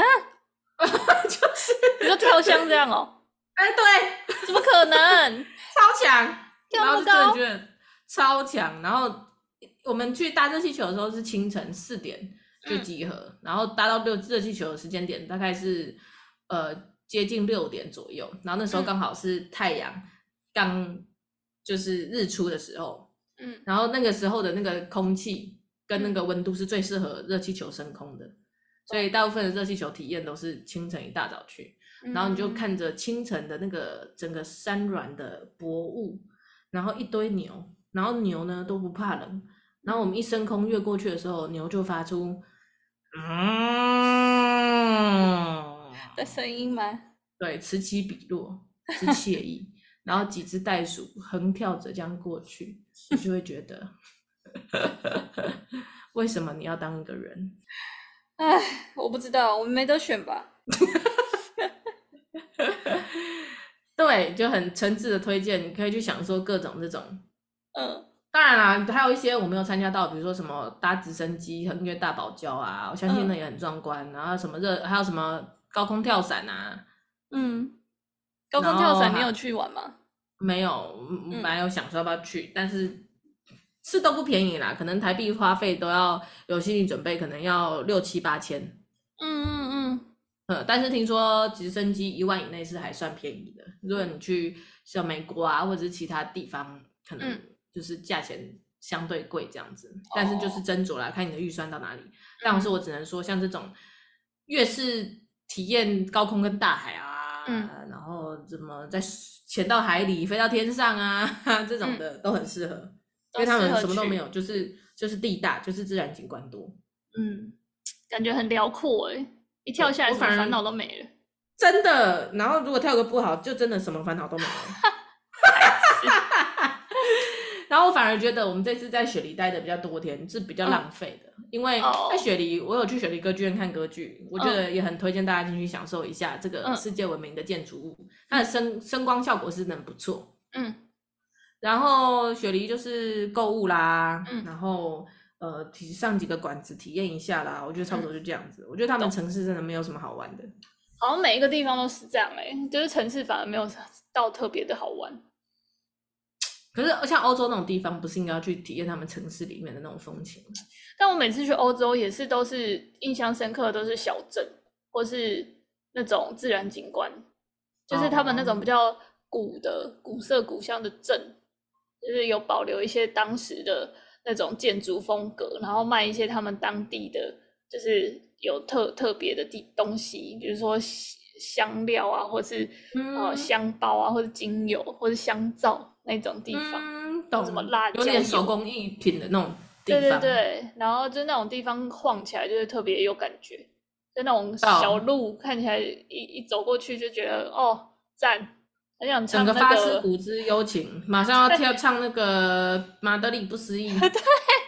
[SPEAKER 2] 就是
[SPEAKER 1] 你说跳箱这样哦？
[SPEAKER 2] 对，
[SPEAKER 1] 怎么可能？
[SPEAKER 2] 超强，
[SPEAKER 1] 跳那么高，
[SPEAKER 2] 然后就真的觉得超强。然后我们去搭热气球的时候是清晨4点就集合，然后搭到热气球的时间点大概是接近6点左右，然后那时候刚好是太阳刚就是日出的时候。然后那个时候的那个空气跟那个温度是最适合热气球升空的，所以大部分的热气球体验都是清晨一大早去，然后你就看着清晨的那个整个山峦的薄雾，然后一堆牛，然后牛呢都不怕冷，然后我们一升空越过去的时候，牛就发出
[SPEAKER 3] 的声音吗？
[SPEAKER 2] 对，此起彼落之惬意。然后几只袋鼠横跳着这样过去，你就会觉得为什么你要当一个人？
[SPEAKER 3] 唉，我不知道，我们没得选吧。
[SPEAKER 2] 对，就很诚挚的推荐，你可以去享受各种这种。当然啦，还有一些我没有参加到，比如说什么搭直升机横越大堡礁啊，我相信那也很壮观。然后什么还有什么高空跳伞啊。
[SPEAKER 3] 高空跳伞你有去玩吗？
[SPEAKER 2] 没有，本来有想说要不要去，但是都不便宜啦，可能台币花费都要有心理准备，可能要6、7、8千。但是听说直升机1万以内是还算便宜的，如果你去像美国啊或者是其他地方，可能就是价钱相对贵这样子。但是就是斟酌啦，看你的预算到哪里。但是我只能说，像这种越是体验高空跟大海啊，然后怎么在潜到海里、飞到天上啊这种的都很适合，因为他们什么都没有，就是地大，就是自然景观多。
[SPEAKER 1] 感觉很辽阔欸，一跳下来什么烦恼都没了，
[SPEAKER 2] 真的。然后如果跳个不好，就真的什么烦恼都没了。然后我反而觉得我们这次在雪梨待的比较多天是比较浪费的，因为在雪梨，我有去雪梨歌剧院看歌剧，我觉得也很推荐大家进去享受一下这个世界闻名的建筑物，它的声光效果是很不错。然后雪梨就是购物啦，然后上几个馆子体验一下啦，我觉得差不多就这样子。我觉得他们城市真的没有什么好玩的，
[SPEAKER 1] 好像每一个地方都是这样就是城市反而没有到特别的好玩。
[SPEAKER 2] 可是像欧洲那种地方，不是应该要去体验他们城市里面的那种风情吗？
[SPEAKER 1] 但我每次去欧洲也是都是印象深刻的都是小镇或是那种自然景观，就是他们那种比较古色古香的镇，就是有保留一些当时的那种建筑风格，然后卖一些他们当地的就是有特别的东西，比如说香料啊，或是香包啊，或是精油，或是香皂那种地方，
[SPEAKER 2] 懂，
[SPEAKER 1] 什么辣椒，
[SPEAKER 2] 有点手工艺品的那种地方。
[SPEAKER 1] 对，然后就那种地方晃起来就是特别有感觉，就那种小路看起来一走过去就觉得赞，很想唱
[SPEAKER 2] 整个发丝骨之幽情，马上要唱那个马德里不思议。对。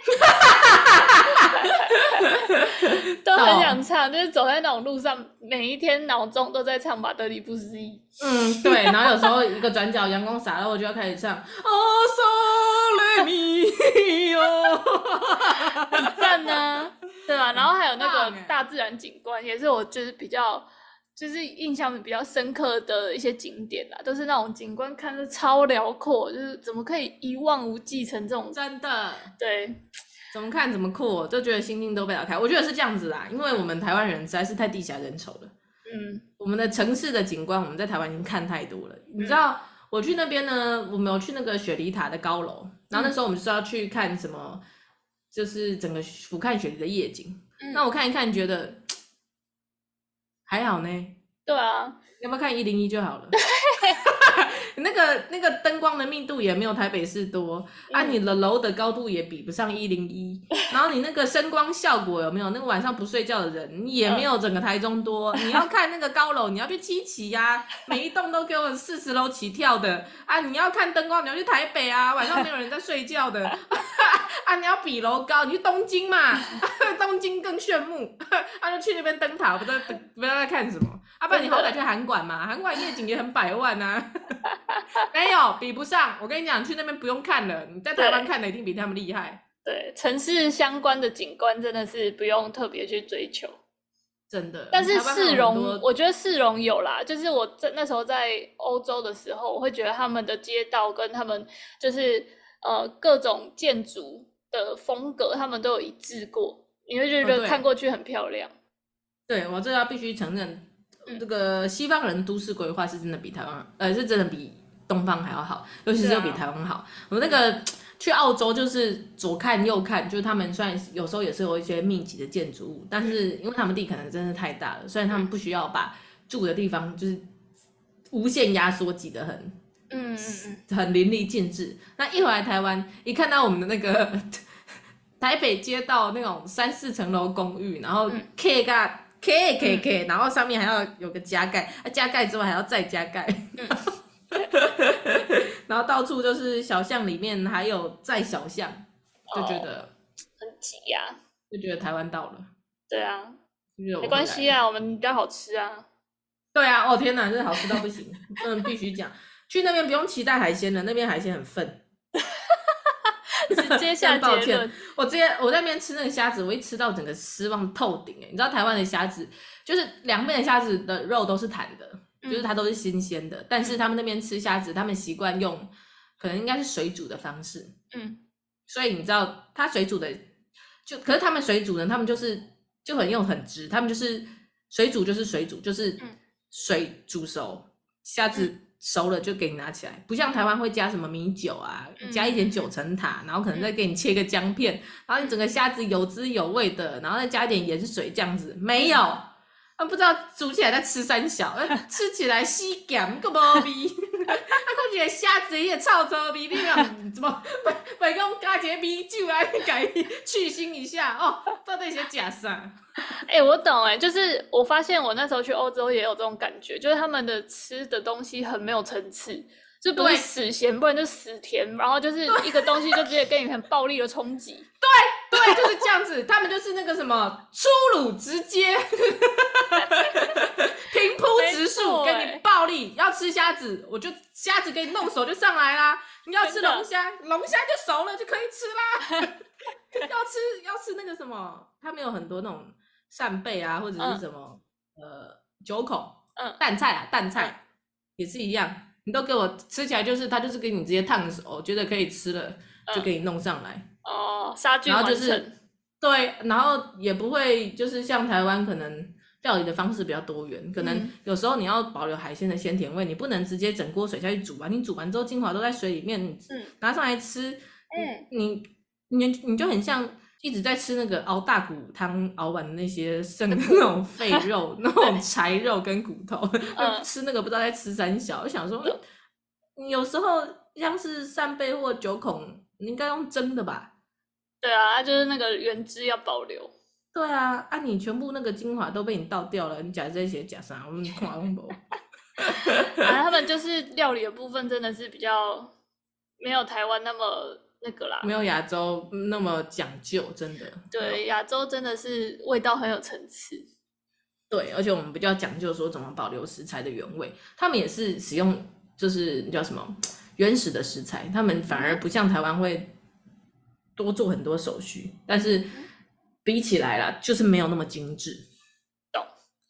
[SPEAKER 1] 都很想唱，就是走在那种路上，每一天脑中都在唱马德里不思议。
[SPEAKER 2] 对，然后有时候一个转角阳光洒了，我就要开始唱Oh Sole Mio，
[SPEAKER 1] 很赞啊，对吧？然后还有那个大自然景观，也是我就是比较就是印象比较深刻的一些景点啦，都是那种景观看着超辽阔，就是怎么可以一望无际成这种，
[SPEAKER 2] 真的
[SPEAKER 1] 对。
[SPEAKER 2] 怎么看怎么酷，就觉得心境都被打开。我觉得是这样子啦，因为我们台湾人实在是太地狭人稠了。我我们的城市的景观，我们在台湾已经看太多了。你知道我去那边呢，我们有去那个雪梨塔的高楼，然后那时候我们就是要去看什么，就是整个俯瞰雪梨的夜景。那我看一看，觉得还好呢。
[SPEAKER 1] 对啊，
[SPEAKER 2] 要不要看101就好了？那个灯光的密度也没有台北市多啊，你的楼的高度也比不上101，然后你那个声光效果有没有？那个晚上不睡觉的人也没有整个台中多。你要看那个高楼，你要去七期呀，每一栋都给我40楼起跳的啊！你要看灯光，你要去台北啊，晚上没有人在睡觉的啊！你要比楼高，你去东京嘛，东京更炫目啊！就去那边灯塔，不知道在看什么。不然你好歹去函馆嘛，函馆夜景也很百万啊。没有比不上，我跟你讲，去那边不用看了，你在台湾看的一定比他们厉害。
[SPEAKER 1] 对，城市相关的景观真的是不用特别去追求，
[SPEAKER 2] 真的。
[SPEAKER 1] 但是市容，我觉得市容有啦，就是我那时候在欧洲的时候，我会觉得他们的街道跟他们就是各种建筑的风格，他们都有一致过，你会觉得看过去很漂亮。
[SPEAKER 2] 对，我这要必须承认。这个西方人都市规划是真的比台湾，是真的比东方还要好，尤其是比台湾好。我那个去澳洲就是左看右看，就是他们虽然有时候也是有一些密集的建筑物，但是因为他们地可能真的太大了，所以他们不需要把住的地方就是无限压缩挤得很淋漓尽致。那一回来台湾，一看到我们的那个台北街道那种3、4层楼公寓，然后 K 然后上面还要有个加盖，加盖之外还要再加盖，然后到处就是小巷里面还有再小巷，就觉得
[SPEAKER 1] 很挤呀，
[SPEAKER 2] 就觉得台湾到了。
[SPEAKER 1] 对啊，没关系啊，我们比较好吃啊。
[SPEAKER 2] 对啊，天哪，真的好吃到不行，必须讲，去那边不用期待海鲜了，那边海鲜很愤。
[SPEAKER 1] 直接下结论。
[SPEAKER 2] 我在那边吃那个虾子，我一吃到整个失望透顶。你知道台湾的虾子就是两边的虾子的肉都是弹的，就是它都是新鲜的，但是他们那边吃虾子，他们习惯用可能应该是水煮的方式，所以你知道他水煮的可是他们水煮呢，他们就很用很直，他们就是水煮就是水煮，就是水煮熟，虾子熟了就给你拿起来，不像台湾会加什么米酒啊，加一点9层塔，然后可能再给你切个姜片，然后你整个虾子有滋有味的，然后再加一点盐水这样子，没有。不知道煮起来在吃三小，吃起来死咸个无味，看起来虾子也臭臭味，你讲怎么袂讲加一个米酒来给去腥一下哦？到底是假啥？
[SPEAKER 1] 我懂就是我发现我那时候去欧洲也有这种感觉，就是他们的吃的东西很没有层次，就不是死咸，不然就死甜，然后就是一个东西就直接给你很暴力的冲击。
[SPEAKER 2] 对，就是这样子，他们就是那个什么粗鲁直接，平铺直述，给你暴力。要吃虾子，我就虾子给你弄熟就上来啦。你要吃龙虾，龙虾就熟了就可以吃啦。要吃那个什么，他们有很多那种扇贝啊，或者是什么九孔，蛋菜也是一样，你都给我吃起来就是它就是给你直接烫熟，觉得可以吃了就给你弄上来。
[SPEAKER 1] 杀菌完成，
[SPEAKER 2] 然后就是对，然后也不会就是像台湾可能料理的方式比较多元，可能有时候你要保留海鲜的鲜甜味，你不能直接整锅水下去煮啊，你煮完之后精华都在水里面，你拿上来吃，你就很像一直在吃那个熬大骨汤熬完的那些剩的那种废肉那种柴肉跟骨头，吃那个不知道在吃三小，我想说有时候像是扇贝或九孔你应该用蒸的吧。
[SPEAKER 1] 对啊，就是那个原汁要保留。
[SPEAKER 2] 对啊，你全部那个精华都被你倒掉了，你假这些假啥？我们看我无。
[SPEAKER 1] 他们就是料理的部分真的是比较没有台湾那么那个啦，
[SPEAKER 2] 没有亚洲那么讲究，真的。
[SPEAKER 1] 对，亚洲真的是味道很有层次。
[SPEAKER 2] 对，而且我们比较讲究说怎么保留食材的原味，他们也是使用就是叫什么原始的食材，他们反而不像台湾会多做很多手续，但是比起来啦，就是没有那么精致。
[SPEAKER 1] 懂。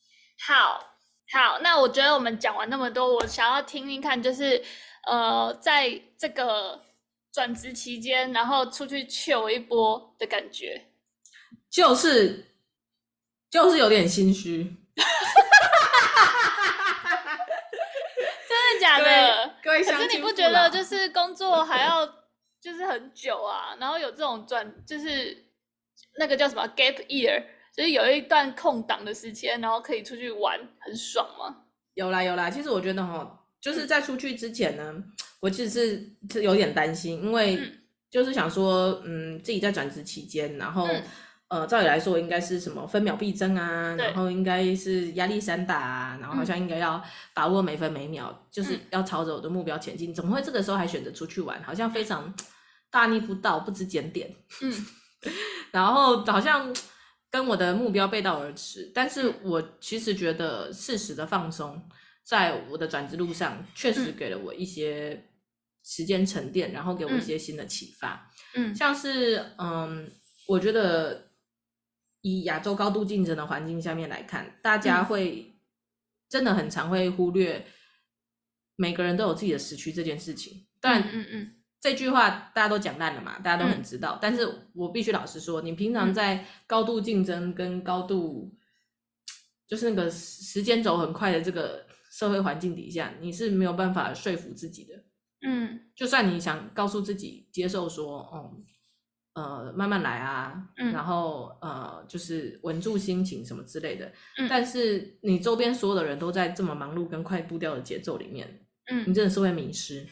[SPEAKER 1] 好，那我觉得我们讲完那么多，我想要听听看，就是在这个转职期间，然后出去chill一波的感觉，
[SPEAKER 2] 就是有点心虚。
[SPEAKER 1] 觉得就是工作还要就是很久啊，然后有这种就是那个叫什么 gap year， 就是有一段空档的时间，然后可以出去玩，很爽吗？
[SPEAKER 2] 有啦，其实我觉得就是在出去之前呢，我其实是有点担心，因为就是想说，自己在转职期间，然后照理来说应该是什么分秒必争啊，然后应该是压力山大啊，然后好像应该要把握每分每秒，就是要朝着我的目标前进，怎么会这个时候还选择出去玩？好像非常大逆不道，不知检点。然后好像跟我的目标背道而驰，但是我其实觉得适时的放松，在我的转职路上确实给了我一些时间沉淀，然后给我一些新的启发。像是我觉得以亚洲高度竞争的环境下面来看，大家会真的很常会忽略每个人都有自己的时区这件事情。但这句话大家都讲烂了嘛，大家都很知道，但是我必须老实说，你平常在高度竞争跟高度就是那个时间轴很快的这个社会环境底下，你是没有办法说服自己的。就算你想告诉自己接受说慢慢来啊，然后就是稳住心情什么之类的，但是你周边所有的人都在这么忙碌跟快步调的节奏里面，你真的是会迷失。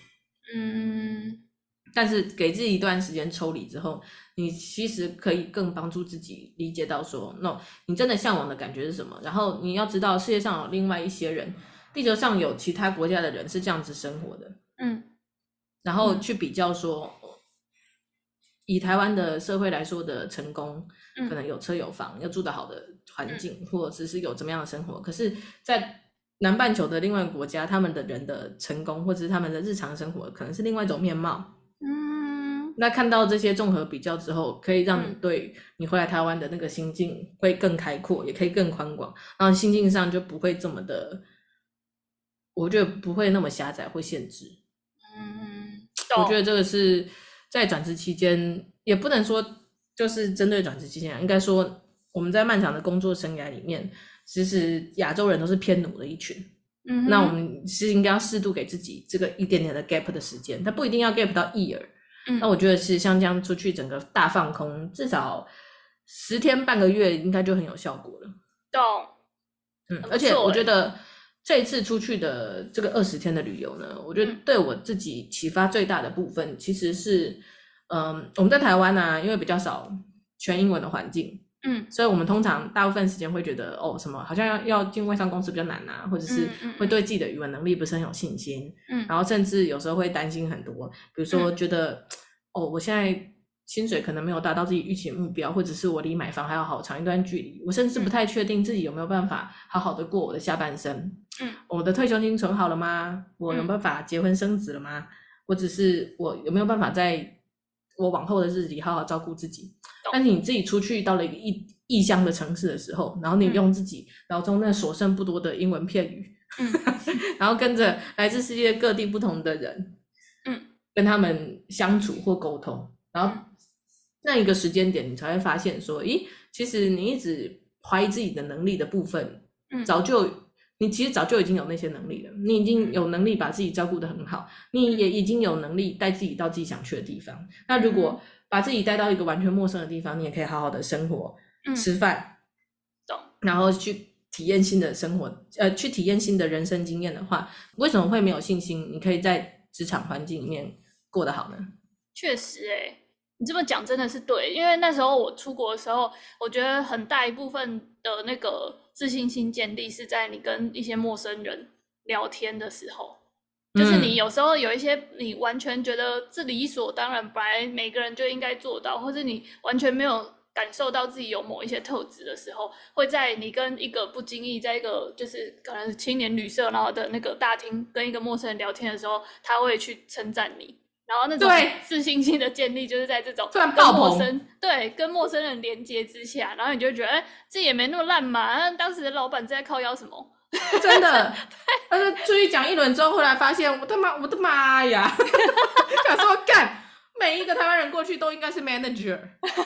[SPEAKER 2] 但是给自己一段时间抽离之后，你其实可以更帮助自己理解到说你真的向往的感觉是什么，然后你要知道世界上有另外一些人，地球上有其他国家的人是这样子生活的，然后去比较说以台湾的社会来说的成功，可能有车有房，有住得好的环境，或者是有怎么样的生活，可是在南半球的另外一个国家，他们的人的成功或者是他们的日常生活可能是另外一种面貌。那看到这些综合比较之后，可以让你对你回来台湾的那个心境会更开阔，也可以更宽广，然后心境上就不会这么的，我觉得不会那么狭窄或限制。我觉得这个是在转职期间，也不能说就是针对转职期间，应该说我们在漫长的工作生涯里面，其实亚洲人都是偏奴的一群。那我们是应该要适度给自己这个一点点的 gap 的时间，它不一定要 gap 到1 year。那我觉得是像这样出去整个大放空，至少10天半个月应该就很有效果了。而且我觉得这一次出去的这个20天的旅游呢，我觉得对我自己启发最大的部分其实是我们在台湾啊，因为比较少全英文的环境，所以我们通常大部分时间会觉得什么好像要进外商公司比较难啊，或者是会对自己的语文能力不是很有信心，然后甚至有时候会担心很多，比如说觉得我现在薪水可能没有达到自己预期的目标，或者是我离买房还有好长一段距离，我甚至不太确定自己有没有办法好好的过我的下半生。我的退休金存好了吗？我有办法结婚生子了吗？或者是我有没有办法在我往后的日子里好好照顾自己？但是你自己出去到了一个异乡的城市的时候，然后你用自己脑中那所剩不多的英文片语，然后跟着来自世界各地不同的人，跟他们相处或沟通，然后那一个时间点你才会发现说，其实你一直怀疑自己的能力的部分，你其实早就已经有那些能力了，你已经有能力把自己照顾得很好，你也已经有能力带自己到自己想去的地方。那如果把自己带到一个完全陌生的地方，你也可以好好的生活，吃饭，然后去体验新的生活，去体验新的人生经验的话，为什么会没有信心你可以在职场环境里面过得好呢？
[SPEAKER 1] 确实你这么讲真的是对，因为那时候我出国的时候，我觉得很大一部分的那个自信心建立是在你跟一些陌生人聊天的时候，就是你有时候有一些你完全觉得这理所当然，本来每个人就应该做到，或者你完全没有感受到自己有某一些特质的时候，会在你跟一个不经意在一个就是可能是青年旅社然后的那个大厅跟一个陌生人聊天的时候，他会去称赞你。然后那种自信心的建立就是在这种跟陌生人连接之下，然后你就觉得自己也没那么烂嘛，当时的老板在靠腰什么
[SPEAKER 2] 真的但是出去讲一轮之后，后来发现我的妈呀想说干每一个台湾人过去都应该是 manager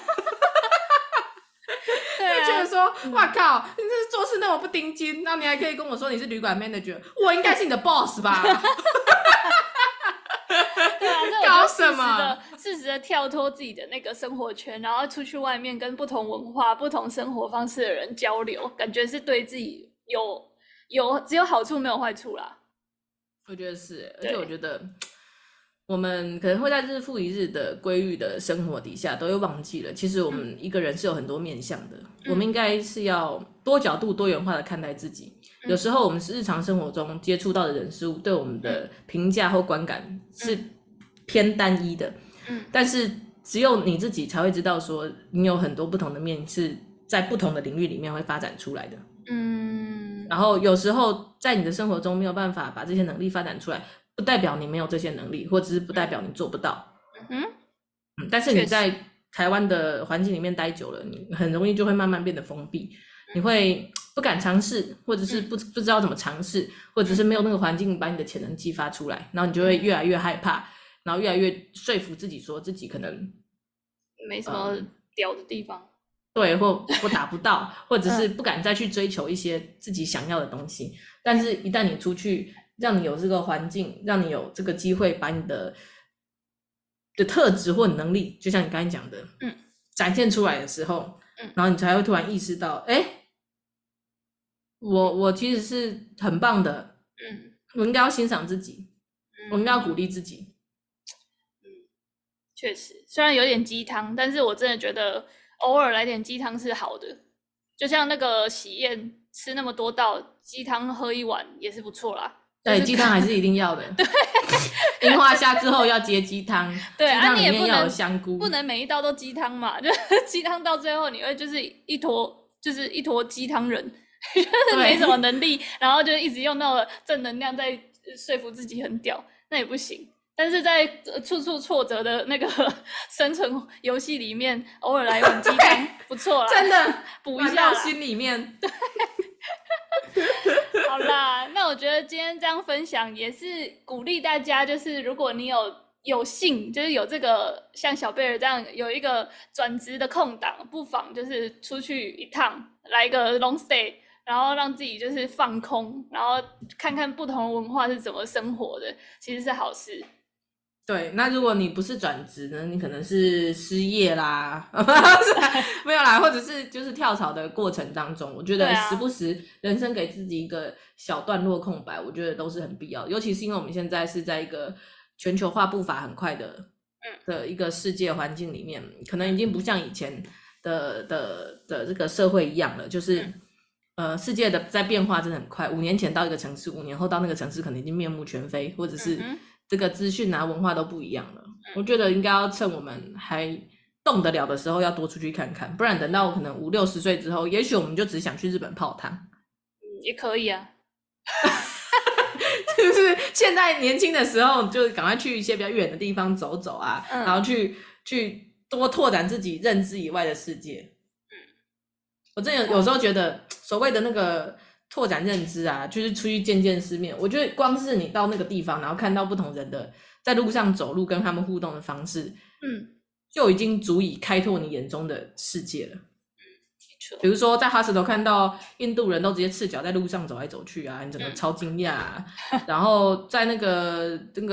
[SPEAKER 2] 就觉得说哇靠你这是做事那么不盯紧，然后你还可以跟我说你是旅馆 manager， 我应该是你的 boss 吧
[SPEAKER 1] 对啊，所以
[SPEAKER 2] 搞
[SPEAKER 1] 我就
[SPEAKER 2] 什么？
[SPEAKER 1] 适时的跳脱自己的那个生活圈，然后出去外面跟不同文化、不同生活方式的人交流，感觉是对自己只有好处没有坏处啦。
[SPEAKER 2] 我觉得是，而且我觉得我们可能会在日复一日的规律的生活底下，都会忘记了，其实我们一个人是有很多面向的，我们应该是要多角度、多元化的看待自己。有时候我们是日常生活中接触到的人事物，对我们的评价或观感是偏单一的，但是只有你自己才会知道说，你有很多不同的面是在不同的领域里面会发展出来的。然后有时候在你的生活中没有办法把这些能力发展出来，不代表你没有这些能力，或者是不代表你做不到。但是你在台湾的环境里面待久了，你很容易就会慢慢变得封闭，你会不敢尝试，或者是不知道怎么尝试，或者是没有那个环境把你的潜能激发出来，然后你就会越来越害怕，然后越来越说服自己说自己可能
[SPEAKER 1] 没什么屌的地方。
[SPEAKER 2] 对，或达不到，或者是不敢再去追求一些自己想要的东西。但是一旦你出去，让你有这个环境，让你有这个机会把你的特质或能力，就像你刚才讲的，展现出来的时候，然后你才会突然意识到，我其实是很棒的，我应该要欣赏自己，我应该要鼓励自己。
[SPEAKER 1] 确实，虽然有点鸡汤，但是我真的觉得偶尔来点鸡汤是好的。就像那个喜宴吃那么多道，鸡汤喝一碗也是不错啦。
[SPEAKER 2] 对，鸡汤还是一定要的。对，樱花虾之后要接鸡汤，
[SPEAKER 1] 对，
[SPEAKER 2] 鸡汤里面要有香菇，
[SPEAKER 1] 不能每一道都鸡汤嘛，就是鸡汤到最后你会就是一坨鸡汤人，就是没什么能力，然后就一直用那个正能量在说服自己很屌，那也不行。但是在处处挫折的那个生存游戏里面，偶尔来碗鸡汤不错啦，
[SPEAKER 2] 真的
[SPEAKER 1] 补一下
[SPEAKER 2] 心里面。对，
[SPEAKER 1] 好啦，那我觉得今天这样分享也是鼓励大家，就是如果你有幸，就是有这个像小贝尔这样有一个转职的空档，不妨就是出去一趟，来一个 long stay。然后让自己就是放空，然后看看不同文化是怎么生活的，其实是好事。
[SPEAKER 2] 对，那如果你不是转职呢，你可能是失业啦，没有啦，或者是就是跳槽的过程当中，我觉得时不时人生给自己一个小段落空白，我觉得都是很必要的，尤其是因为我们现在是在一个全球化步伐很快的一个世界环境里面，可能已经不像以前的这个社会一样了，就是世界的在变化真的很快，5年前到一个城市，5年后到那个城市可能已经面目全非，或者是这个资讯啊文化都不一样了。我觉得应该要趁我们还动得了的时候要多出去看看，不然等到可能50、60岁之后，也许我们就只想去日本泡汤。
[SPEAKER 1] 也可以啊。
[SPEAKER 2] 就是现在年轻的时候就赶快去一些比较远的地方走走啊，然后去多拓展自己认知以外的世界。我真的有时候觉得所谓的那个拓展认知啊，就是出去见见世面。我觉得光是你到那个地方，然后看到不同人的在路上走路跟他们互动的方式，就已经足以开拓你眼中的世界了。比如说在哈石头看到印度人都直接赤脚在路上走来走去啊，你整个超惊讶啊。然后在那个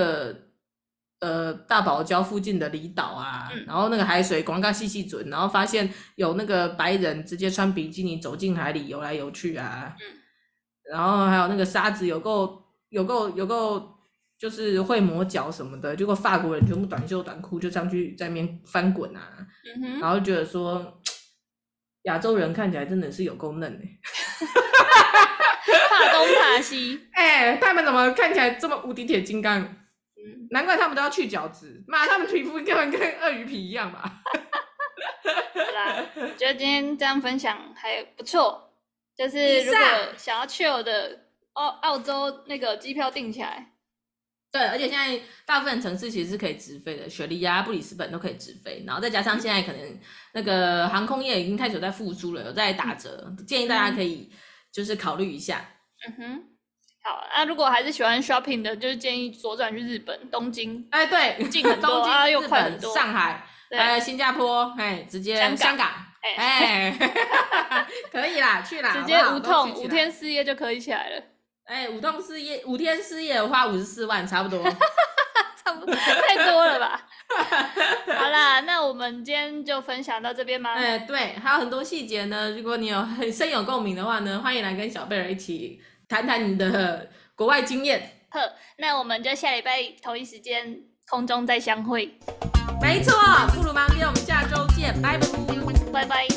[SPEAKER 2] 大堡礁附近的离岛啊，然后那个海水广告细细准，然后发现有那个白人直接穿比基尼走进海里游来游去啊，然后还有那个沙子有够就是会磨脚什么的，结果法国人全部短袖短裤就上去在那边翻滚啊，然后觉得说亚洲人看起来真的是有够嫩
[SPEAKER 1] 怕东怕西，
[SPEAKER 2] 他们怎么看起来这么无敌铁金刚？难怪他们都要去角质，妈，他们皮肤根本跟鳄鱼皮一样吧？
[SPEAKER 1] 好啦，我觉得今天这样分享还不错，就是如果想要 chill 的澳洲那个机票订起来。
[SPEAKER 2] 对，而且现在大部分城市其实是可以直飞的，雪梨啊、布里斯本都可以直飞，然后再加上现在可能那个航空业已经开始有在复苏了，有在打折，建议大家可以就是考虑一下。
[SPEAKER 1] 好，那如果还是喜欢 shopping 的，就是建议左转去日本东京。
[SPEAKER 2] 对，
[SPEAKER 1] 近很多，
[SPEAKER 2] 东京、
[SPEAKER 1] 又
[SPEAKER 2] 日本、
[SPEAKER 1] 快很多。
[SPEAKER 2] 上海，新加坡，直接香港，可以啦，去啦，
[SPEAKER 1] 直接无痛5天4夜就可以起来了。
[SPEAKER 2] 5天4夜花54万差不多。
[SPEAKER 1] 差太多了吧？好啦，那我们今天就分享到这边吗？
[SPEAKER 2] 对，还有很多细节呢。如果你有很深有共鸣的话呢，欢迎来跟小贝儿一起谈谈你的国外经验。
[SPEAKER 1] 那我们就下礼拜同一时间空中再相会。
[SPEAKER 2] 没错，布鲁芒爹，我们下周见，拜拜，
[SPEAKER 1] 拜拜。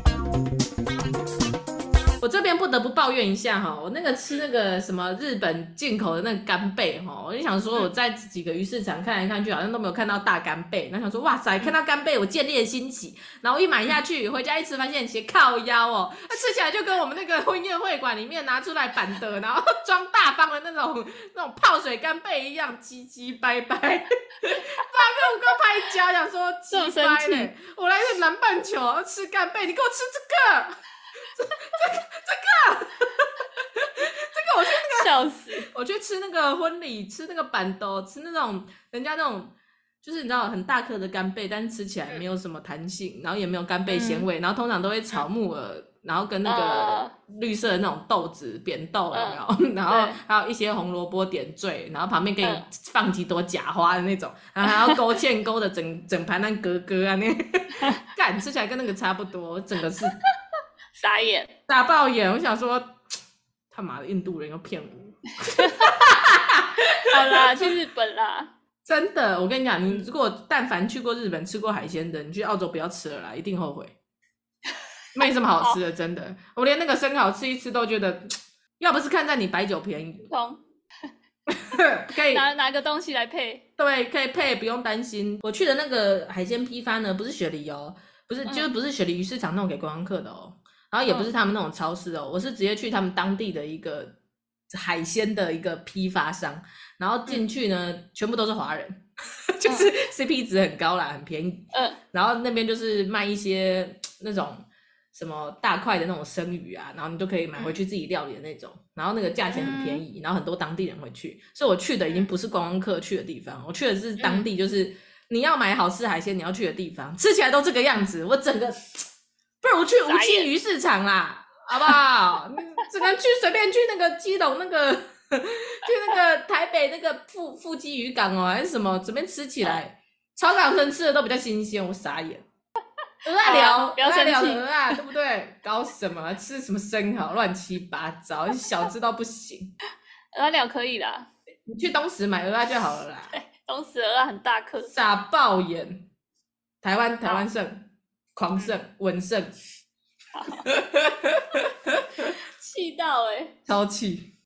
[SPEAKER 2] 我这边不得不抱怨一下哈，我那个吃那个什么日本进口的那个干贝哈，我就想说我在几个鱼市场看来看去，好像都没有看到大干贝，然后想说哇塞，看到干贝我见猎欣喜，然后一买下去，回家一吃发现斜靠腰哦，它吃起来就跟我们那个婚宴会馆里面拿出来板的，然后装大方的那种泡水干贝一样，唧唧掰掰，八个五个拍胶，想说鸡掰嘞，我来自南半球吃干贝，你给我吃这个。这个我去那个
[SPEAKER 1] 笑死！
[SPEAKER 2] 我去吃那个婚礼，吃那个板豆，吃那种人家那种，就是你知道很大颗的干贝，但是吃起来没有什么弹性，然后也没有干贝鲜味，然后通常都会炒木耳，然后跟那个绿色的那种豆子扁豆，有没有？然后还有一些红萝卜点缀，然后旁边给你放几朵假花的那种，然后还要勾芡勾的整盘那格格啊，那干吃起来跟那个差不多，整个是。
[SPEAKER 1] 傻眼，
[SPEAKER 2] 打爆眼！我想说，他妈的印度人要骗我。
[SPEAKER 1] 好啦，去日本啦！
[SPEAKER 2] 真的，我跟你讲，你如果但凡去过日本吃过海鲜的，你去澳洲不要吃了啦，一定后悔。没什么好吃的，真的。我连那个生蚝吃一吃都觉得，要不是看在你白酒便宜，可以
[SPEAKER 1] 拿个东西来配。
[SPEAKER 2] 对，可以配，不用担心。我去的那个海鲜批发呢，不是雪梨哦，就是不是雪梨鱼市场那种给观光客的哦。然后也不是他们那种超市哦，我是直接去他们当地的一个海鲜的一个批发商，然后进去呢，全部都是华人，就是 CP 值很高啦，很便宜。然后那边就是卖一些那种什么大块的那种生鱼啊，然后你就可以买回去自己料理的那种，然后那个价钱很便宜，然后很多当地人会去，所以我去的已经不是观光客去的地方，我去的是当地，就是你要买好吃海鲜你要去的地方，吃起来都这个样子，我整个。不如去无期鱼市场啦，好不好？只能随便去那个基隆那个，去那个台北那个富基渔港哦，还是什么，随便吃起来，草港城吃的都比较新鲜，我傻眼。鹅啊聊，
[SPEAKER 1] 不要生气，
[SPEAKER 2] 鹅啊，对不对？搞什么？吃什么生蚝，乱七八糟，小只到不行。
[SPEAKER 1] 鹅啊聊可以啦，
[SPEAKER 2] 你去东石买鹅啊就好了啦。
[SPEAKER 1] 对，东石鹅啊很大颗，
[SPEAKER 2] 傻爆眼。台湾胜。狂胜稳胜，
[SPEAKER 1] 气到超
[SPEAKER 2] 气。